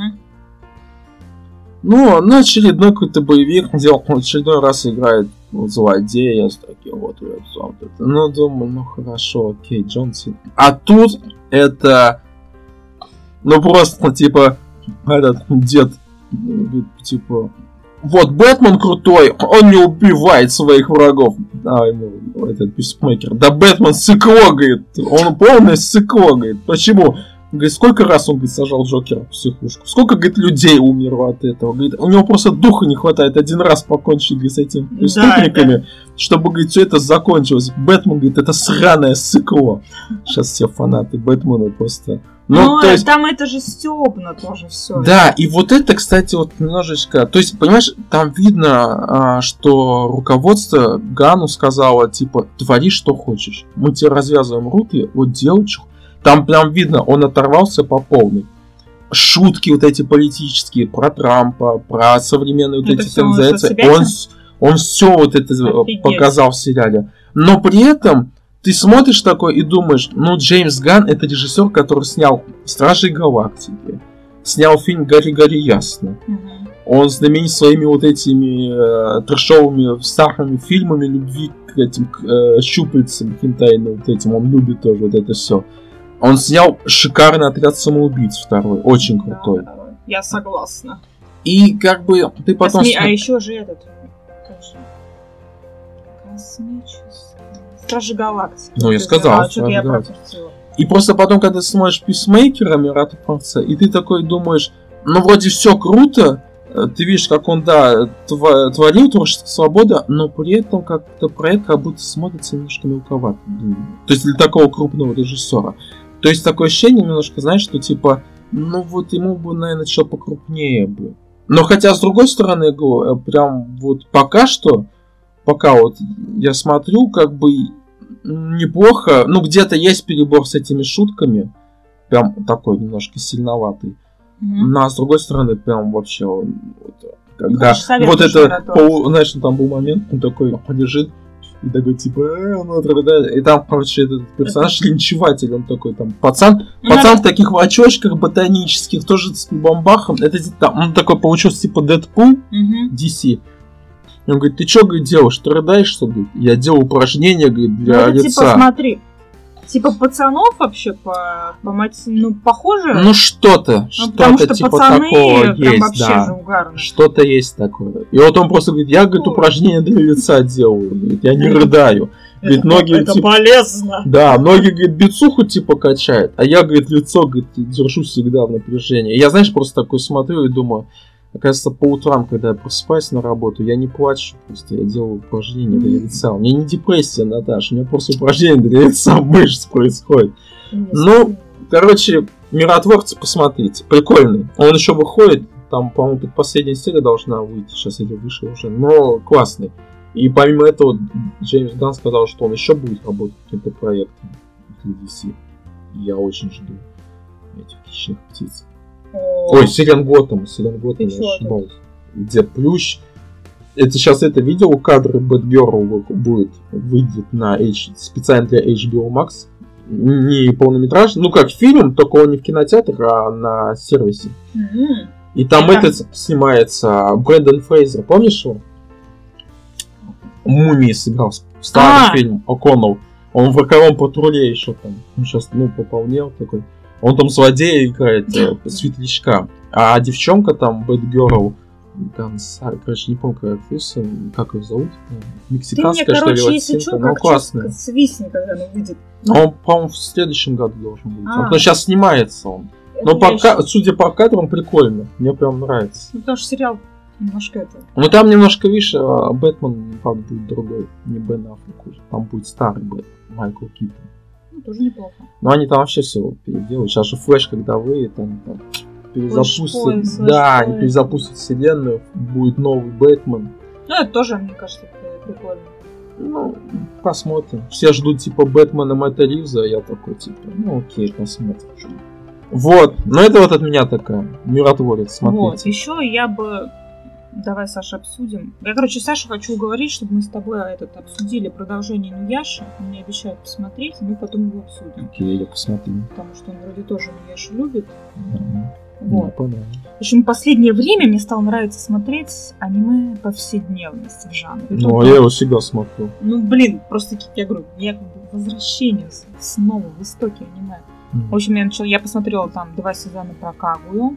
Ну, на очередной какой-то боевик, где он в очередной раз играет злодея, с таким вот. Ну, думаю, ну хорошо, окей, Джон Сина. А тут это, ну просто, типа, этот дед, типа, вот Бэтмен крутой, он не убивает своих врагов. А, ему этот писмейкер. Да Бэтмен сыкло, говорит, он полное сыкло, говорит. Почему? Говорит, сколько раз он, говорит, сажал Джокера в психушку? Сколько, говорит, людей умерло от этого? Говорит, у него просто духа не хватает один раз покончить, говорит, с этими преступниками, чтобы, говорит, все это закончилось. Бэтмен, говорит, это сраное сыкло. Сейчас все фанаты Бэтмена просто... Ну, то есть... там это же стёбно тоже все. Да, и вот это, кстати, вот немножечко... То есть, понимаешь, там видно, что руководство Ганну сказало, типа, твори, что хочешь. Мы тебе развязываем руки, вот делай, что. Там прям видно, он оторвался по полной. Шутки вот эти политические про Трампа, про современные вот эти тенденции. Он все вот это показал в сериале. Но при этом ты смотришь такой и думаешь, ну, Джеймс Ганн — это режиссер, который снял «Стражи Галактики», снял фильм «Гори-гори ясно». Он знаменит своими вот этими трэшовыми старыми фильмами любви к этим щупальцам хентайным вот этим. Он любит тоже вот это все. Он снял шикарный «Отряд самоубийц» второй, очень крутой. Да, я согласна. И как бы ты потом... А еще же этот... Стражи Галактики. Ну, я сказал, Стражи Галактики. И просто потом, когда ты смотришь «Писмейкера», «Миротворца», и ты такой думаешь, ну, вроде все круто, ты видишь, как он, да, творил творческая свобода, но при этом как-то проект как будто смотрится немножко мелковато. То есть для такого крупного режиссера. То есть такое ощущение немножко, знаешь, что типа, ну вот ему бы, наверное, что покрупнее бы. Но хотя, с другой стороны, я говорю, прям вот пока вот я смотрю, как бы неплохо, ну где-то есть перебор с этими шутками, прям такой немножко сильноватый. Но с другой стороны, прям вообще он... Когда вот это, знаешь, там был момент, он такой лежит и такой типа, он отрывает, и там, короче, этот персонаж линчеватель, он такой там, пацан в таких очочках ботанических, тоже с бомбахом, это там, он такой получился типа Дэдпул DC. И он говорит, ты что, говорит, делаешь, ты рыдаешь, что, говорит? Я делаю упражнения, говорит, для лица. Типа, смотри, типа пацанов вообще похоже? Ну что-то типа пацаны, такого есть, да. Что-то есть такое. И вот он просто говорит, я, говорит, упражнения для лица делаю, говорит, я не рыдаю. Говорит, многие, это типа, полезно. Да, многие, говорит, бицуху типа качают, а я, говорит, лицо, говорит, держу всегда в напряжении. И я, знаешь, просто такой смотрю и думаю, оказывается, по утрам, когда я просыпаюсь на работу, я не плачу, просто я делаю упражнения для лица. У меня не депрессия, Наташа, у меня просто упражнения для лица, мышц происходит. Ну, короче, «Миротворцы» посмотрите, прикольный. Он еще выходит, там, по-моему, предпоследняя серия должна выйти, сейчас я вышел уже, но классный. И помимо этого, Джеймс Ганн сказал, что он еще будет работать над каким-то проектом для DC. Я очень жду этих «Хищных птиц». Ой, Сирен Готэм, я ошибаюсь. Где Плющ. Это сейчас это видео, кадры Бэтгерл выйдет на специально для HBO Max. Не полнометражный, ну как фильм, только он не в кинотеатре, а на сервисе. И там этот снимается Брэндон Фрейзер, помнишь его? Мумии сыграл, старый фильм, О'Коннелл. Он в «Роковом патруле» еще там, он сейчас, пополнел такой. Он там злодея играет, светлячка. А девчонка там, Бэтгерл, короче, не помню, как актриса, как ее зовут? Мексиканская, что ли, латинка, но классная. Свистни, когда она выйдет. Он, по-моему, в следующем году должен быть. Он сейчас снимается он. Но судя по кадрам, прикольно. Мне прям нравится. Ну, потому что сериал немножко это... Ну, там немножко, видишь, Бэтмен, правда, будет другой. Не Бен Аффлек уже. Там будет старый Бэтмен, Майкл Китон. Ну, тоже неплохо. Но они там вообще все переделают. Сейчас же Флэш, когда выйдет, они там перезапустят. Да, они перезапустят вселенную. Будет новый Бэтмен. Ну, это тоже, мне кажется, прикольно. Ну, посмотрим. Все ждут, типа, Бэтмена Мэтта Ривза, а я такой, типа, окей, посмотрим. Вот. Но это вот от меня такая. «Миротворец», смотрите. Вот, еще я бы... Давай, Саша, обсудим. Я, короче, Саша хочу уговорить, чтобы мы с тобой обсудили продолжение Нуяши. Он мне обещает посмотреть, и мы потом его обсудим. Окей, я посмотрю. Потому что он вроде тоже Нуяшу любит. Вот. В общем, в последнее время мне стало нравиться смотреть аниме повседневности в жанре. Ну, я его всегда смотрю. Ну, блин, просто, я говорю, я как бы возвращение снова в истоки аниме. В общем, я посмотрела там 2 сезона про Кагую.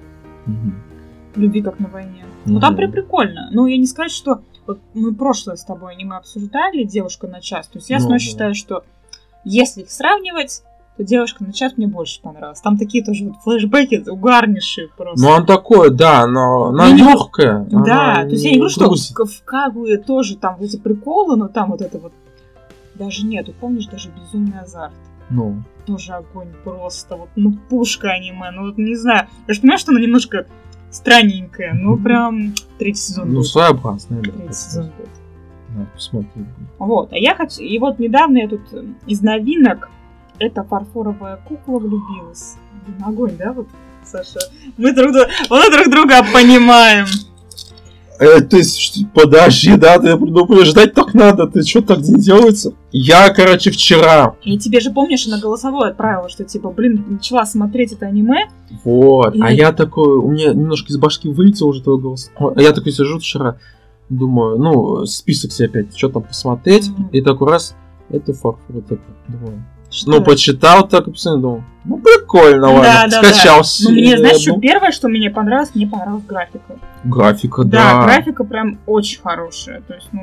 «Любви как на войне». Ну, там прям прикольно. Ну, я не сказать, что... Вот мы прошлое с тобой аниме обсуждали, «Девушка на час». То есть я снова считаю, что если их сравнивать, то «Девушка на час» мне больше понравилась. Там такие тоже вот флешбеки угарнейшие просто. Ну, он такой, да, но она легкая. Да, то есть я не говорю, что в Кагуе тоже там эти приколы, но там вот это вот даже нету. Помнишь, даже «Безумный азарт»? Ну. Тоже огонь просто. Вот, пушка аниме. Ну, вот не знаю. Я же понимаю, что она немножко странненькая, но прям 3-й сезон. Ну, своеобразная, да. 3-й сезон будет. Надо посмотреть. Вот, а я хочу... И вот недавно я тут из новинок эта фарфоровая кукла влюбилась. Огонь, да, вот, Саша? Мы друг друга понимаем. То есть, подожди, да, ты предупреждать так надо, ты что так не делается? Я, короче, вчера... И тебе же, помнишь, на голосовой отправила, что, типа, начала смотреть это аниме. Вот, а я такой, у меня немножко из башки вылетел уже твой голос. А я такой сижу вчера, думаю, список себе опять, что там посмотреть, и такой раз, это фарфор, думаю... Что? Почитал так и посмотрел, думал, прикольно, ладно, скачался. Ну, мне, знаешь, что первое, что мне понравилась графика. Графика, да. Да, графика прям очень хорошая, то есть,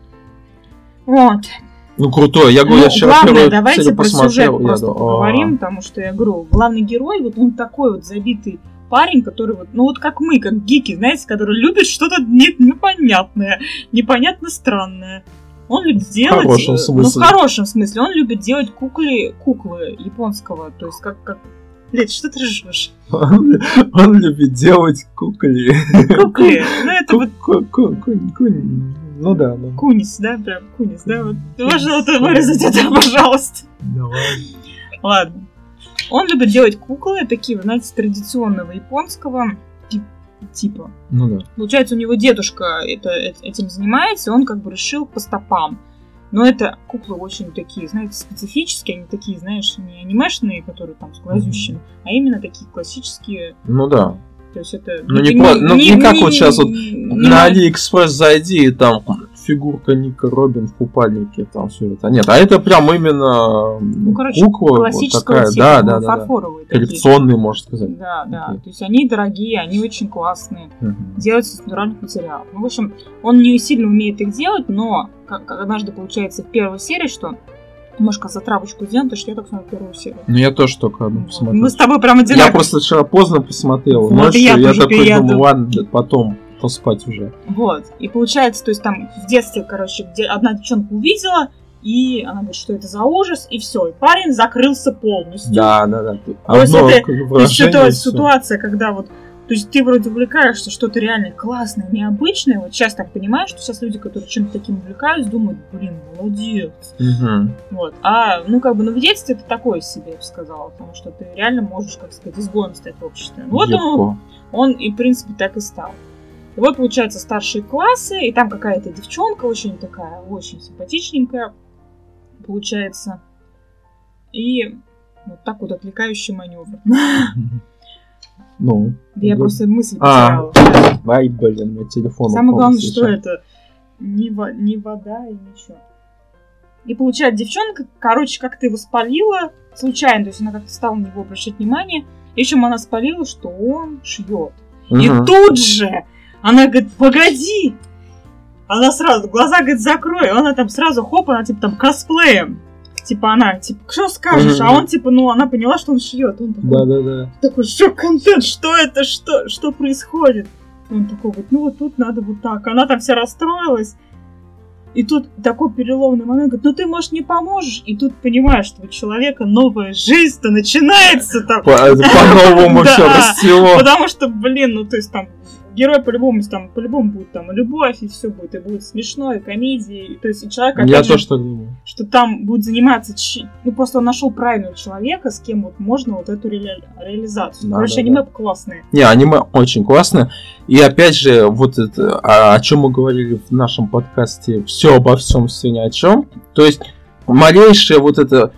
вот. Ну, крутой, я говорю, я вчера главное, давайте про сюжет просто поговорим, потому что, я говорю, главный герой, вот он такой вот забитый парень, который вот, вот как мы, как гики, знаете, который любит что-то непонятное, непонятно странное. Он любит делать... В хорошем смысле. В хорошем смысле. Он любит делать куклы японского. То есть, как... Блядь, что ты ржешь? Он любит делать кукли. Кукли. Ну, это вот... Ну да. Кунис, да? Прям кунис, да? Вот. Можно вырезать это, пожалуйста. Давай. Ладно. Он любит делать куклы, такие, знаете, традиционного японского типа. Ну да. Получается, у него дедушка этим занимается, и он как бы решил по стопам. Но это куклы очень такие, знаете, специфические, они такие, знаешь, не анимешные, которые там с глазющими, а именно такие классические. Ну да. То есть это... Не как вот сейчас вот на Алиэкспресс зайди, и там фигурка Ника Робин в купальнике, там все это. Нет, а это прям именно кукла вот такая, да, фарфоровые. Коллекционные, можно сказать. Да. То есть они дорогие, они очень классные. Делаются из натуральных материалов. Ну, в общем, он не сильно умеет их делать, но как однажды получается в первой серии, что... Может, затравочку сделаем, потому что я так смотрю первую серию. Ну, я тоже только одну посмотрел. Мы с тобой прям одинаково. Я просто вчера поздно посмотрел. Вот ночью я такой думаю, ладно, потом поспать уже. Вот. И получается, то есть там в детстве, короче, где одна девчонка увидела, и она говорит, что это за ужас, и все. И парень закрылся полностью. Да. То есть это ситуация, когда вот то есть ты вроде увлекаешься, что-то реально классное, необычное. Вот сейчас так понимаешь, что сейчас люди, которые чем-то таким увлекаются, думают, блин, молодец. Вот. А, в детстве это такое себе, я бы сказала, потому что ты реально можешь, как сказать, изгоем стать в обществе. Вот он и, в принципе, так и стал. И вот, получается, старшие классы, и там какая-то девчонка очень такая, очень симпатичненькая, получается. И вот так вот отвлекающий маневр. Ну. Да я просто мысль потеряла. Ай, блин, мой телефон. Самое главное, что это не вода и ничего. И получается, девчонка, короче, как-то его спалила случайно, то есть она как-то стала на него обращать внимание. И еще она спалила, что он шьет. И тут же она говорит, погоди! Она сразу, глаза, говорит, закрой. Она там сразу, хоп, она типа там косплеем. Типа она, что скажешь? А он типа, она поняла, что он шьет. Он такой, такой шок-контент, что это, что происходит? Он такой, вот тут надо вот так. Она там вся расстроилась. И тут такой переломный момент, говорит, ты, может, не поможешь? И тут понимаешь, что у человека новая жизнь-то начинается там. По-новому все расцвело. Потому что, то есть там герой по-любому будет там любовь, и все будет, и будет смешно, и комедия, и, то есть и человек, опять же, тоже так думаю, что там будет заниматься, просто он нашел правильного человека, с кем вот можно вот эту реализацию. Короче, аниме классное. Не, аниме очень классное, и опять же, вот это, о чем мы говорили в нашем подкасте, все обо всем, все ни о чем, то есть малейшее вот это,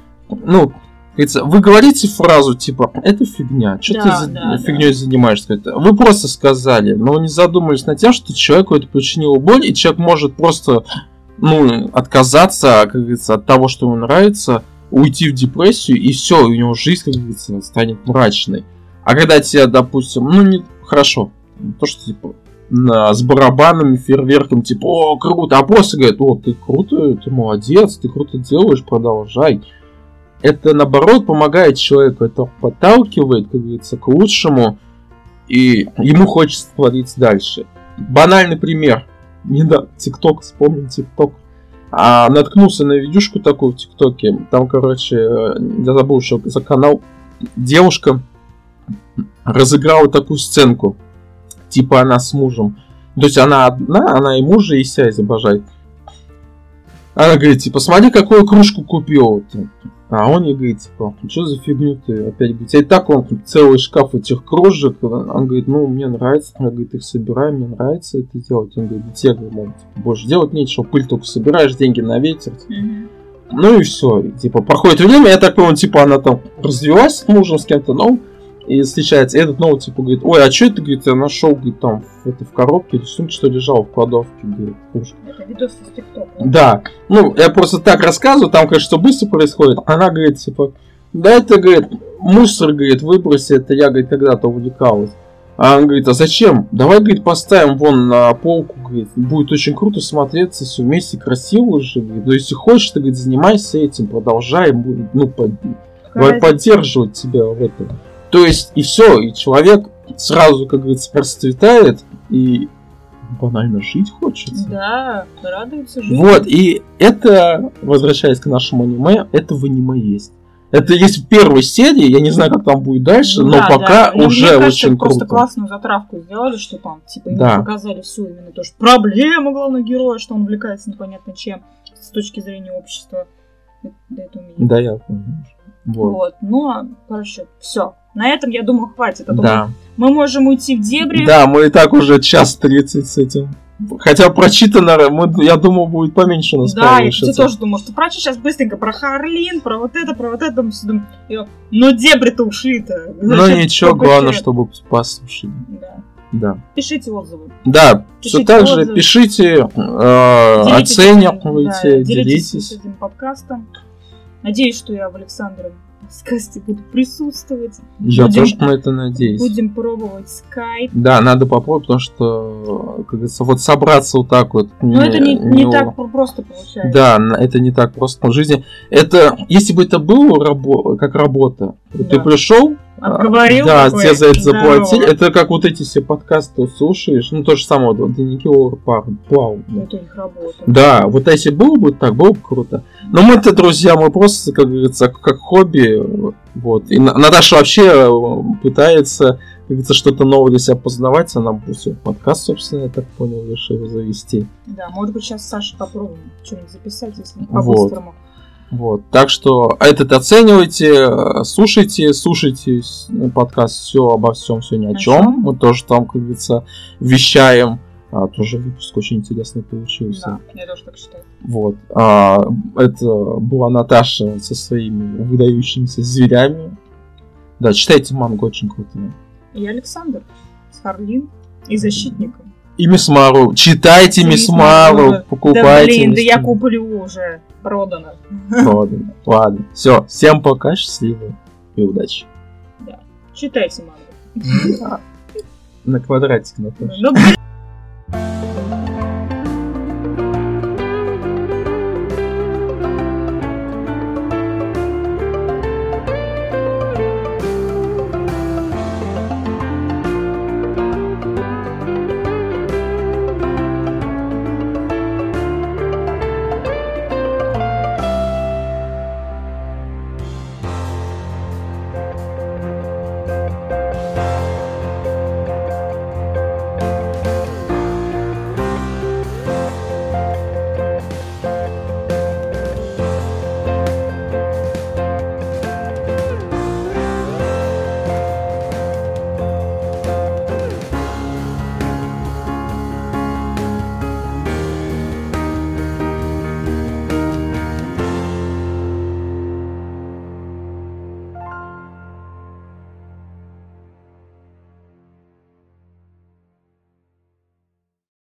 вы говорите фразу типа «это фигня», что ты фигней занимаешься? Вы просто сказали, но не задумались над тем, что человеку это причинило боль, и человек может просто отказаться, как говорится, от того, что ему нравится, уйти в депрессию, и все, у него жизнь, как говорится, станет мрачной. А когда тебе, допустим, хорошо, то, что типа с барабанами, фейерверком, типа «О, круто», а просто говорит «О, ты круто, ты молодец, ты круто делаешь, продолжай». Это, наоборот, помогает человеку, это подталкивает, как говорится, к лучшему, и ему хочется твориться дальше. Банальный пример. ТикТок, вспомнил ТикТок. Наткнулся на видюшку такую в ТикТоке. Там, я забыл, что за канал. Девушка разыграла такую сценку. Типа она с мужем. То есть она одна, она и мужа, и себя изображает. Она говорит, типа, смотри, какую кружку купил. А он ей говорит, типа, что за фигню ты опять? Говорит, и так он целый шкаф этих кружек. Он говорит, мне нравится. Я, говорит, их собираю, мне нравится это делать. Он говорит, тебе, типа, больше делать нечего, пыль только собираешь, деньги на ветер. Ну и все. И, типа, проходит время, я так понял, типа, она там развелась с мужем, с кем-то новым. И встречается. И этот новый, типа, говорит, ой, а что это, говорит, я нашел, говорит, там, в коробке или сумке, что лежало в кладовке, говорит, кружка. Это видос из ТикТока. Да. Я просто так рассказываю, там, конечно, что быстро происходит. Она говорит, типа, да это, говорит, мусор, говорит, выброси, это я, говорит, когда-то увлекалась. А он говорит, а зачем? Давай, говорит, поставим вон на полку, говорит, будет очень круто смотреться, все вместе красиво же, говорит. Но если хочешь, ты, говорит, занимайся этим, продолжай, поддерживать тебя в этом. То есть, и все, и человек сразу, как говорится, расцветает, и банально жить хочется. Да, радуется жизни. Вот, и это, возвращаясь к нашему аниме, это в аниме есть. Это есть в первой серии, я не знаю, как там будет дальше, но пока уже мне кажется, очень круто. Просто классную затравку сделали, что там, типа, именно показали всю именно то, что проблема главного героя, что он увлекается непонятно чем с точки зрения общества. это умение. Да, я понял. Вот. Но, короче, все. На этом, я думаю, хватит. А то мы можем уйти в дебри. Да, мы и так уже 1:30 с этим. Хотя прочитано, я думаю, будет поменьше нас. Да, я тоже думаю, что прочитать сейчас быстренько про Харлин, про вот это. Но дебри-то ушли-то. Ну ничего, главное, чтобы послушали. Да. Пишите отзывы. Да, все так же пишите, оценивайте, делитесь этим подкастом. Надеюсь, что я в Александровом подкасте буду присутствовать. Я тоже на это надеюсь. Будем пробовать скайп. Да, надо попробовать, потому что, как говорится, вот собраться вот так вот. Но это не так просто получается. Да, это не так просто в жизни. Это, если бы это было как работа, ты пришел, отговорил, да, тебе за это заплатили. Это как вот эти все подкасты слушаешь. Ну, то же самое, вот дневники плавал. Это их работа. Да, вот если было бы так, было бы круто. Но мы-то, друзья, мы просто, как говорится, как хобби. Вот. И Наташа вообще пытается, как говорится, что-то новое для себя познавать. Она подкаст, собственно, я так понял, решила завести. Да, может быть, сейчас Саша попробуем что-нибудь записать, если по-быстрому. Вот, так что этот оценивайте, слушайте подкаст «Все обо всем, все ни о чем». Мы тоже там, как говорится, вещаем. Тоже выпуск очень интересный получился. Да, я тоже так считаю. Вот. Это была Наташа со своими выдающимися зверями. Да, читайте мангу, очень крутые. И Александр с Харлин и Защитником. И Мисс Мару. Читайте Мисс Мару, покупайте. Да я куплю уже. Продано. Ладно. Все, всем пока, счастливо и удачи. Да. Читайте мангу. На квадратик, Наташа.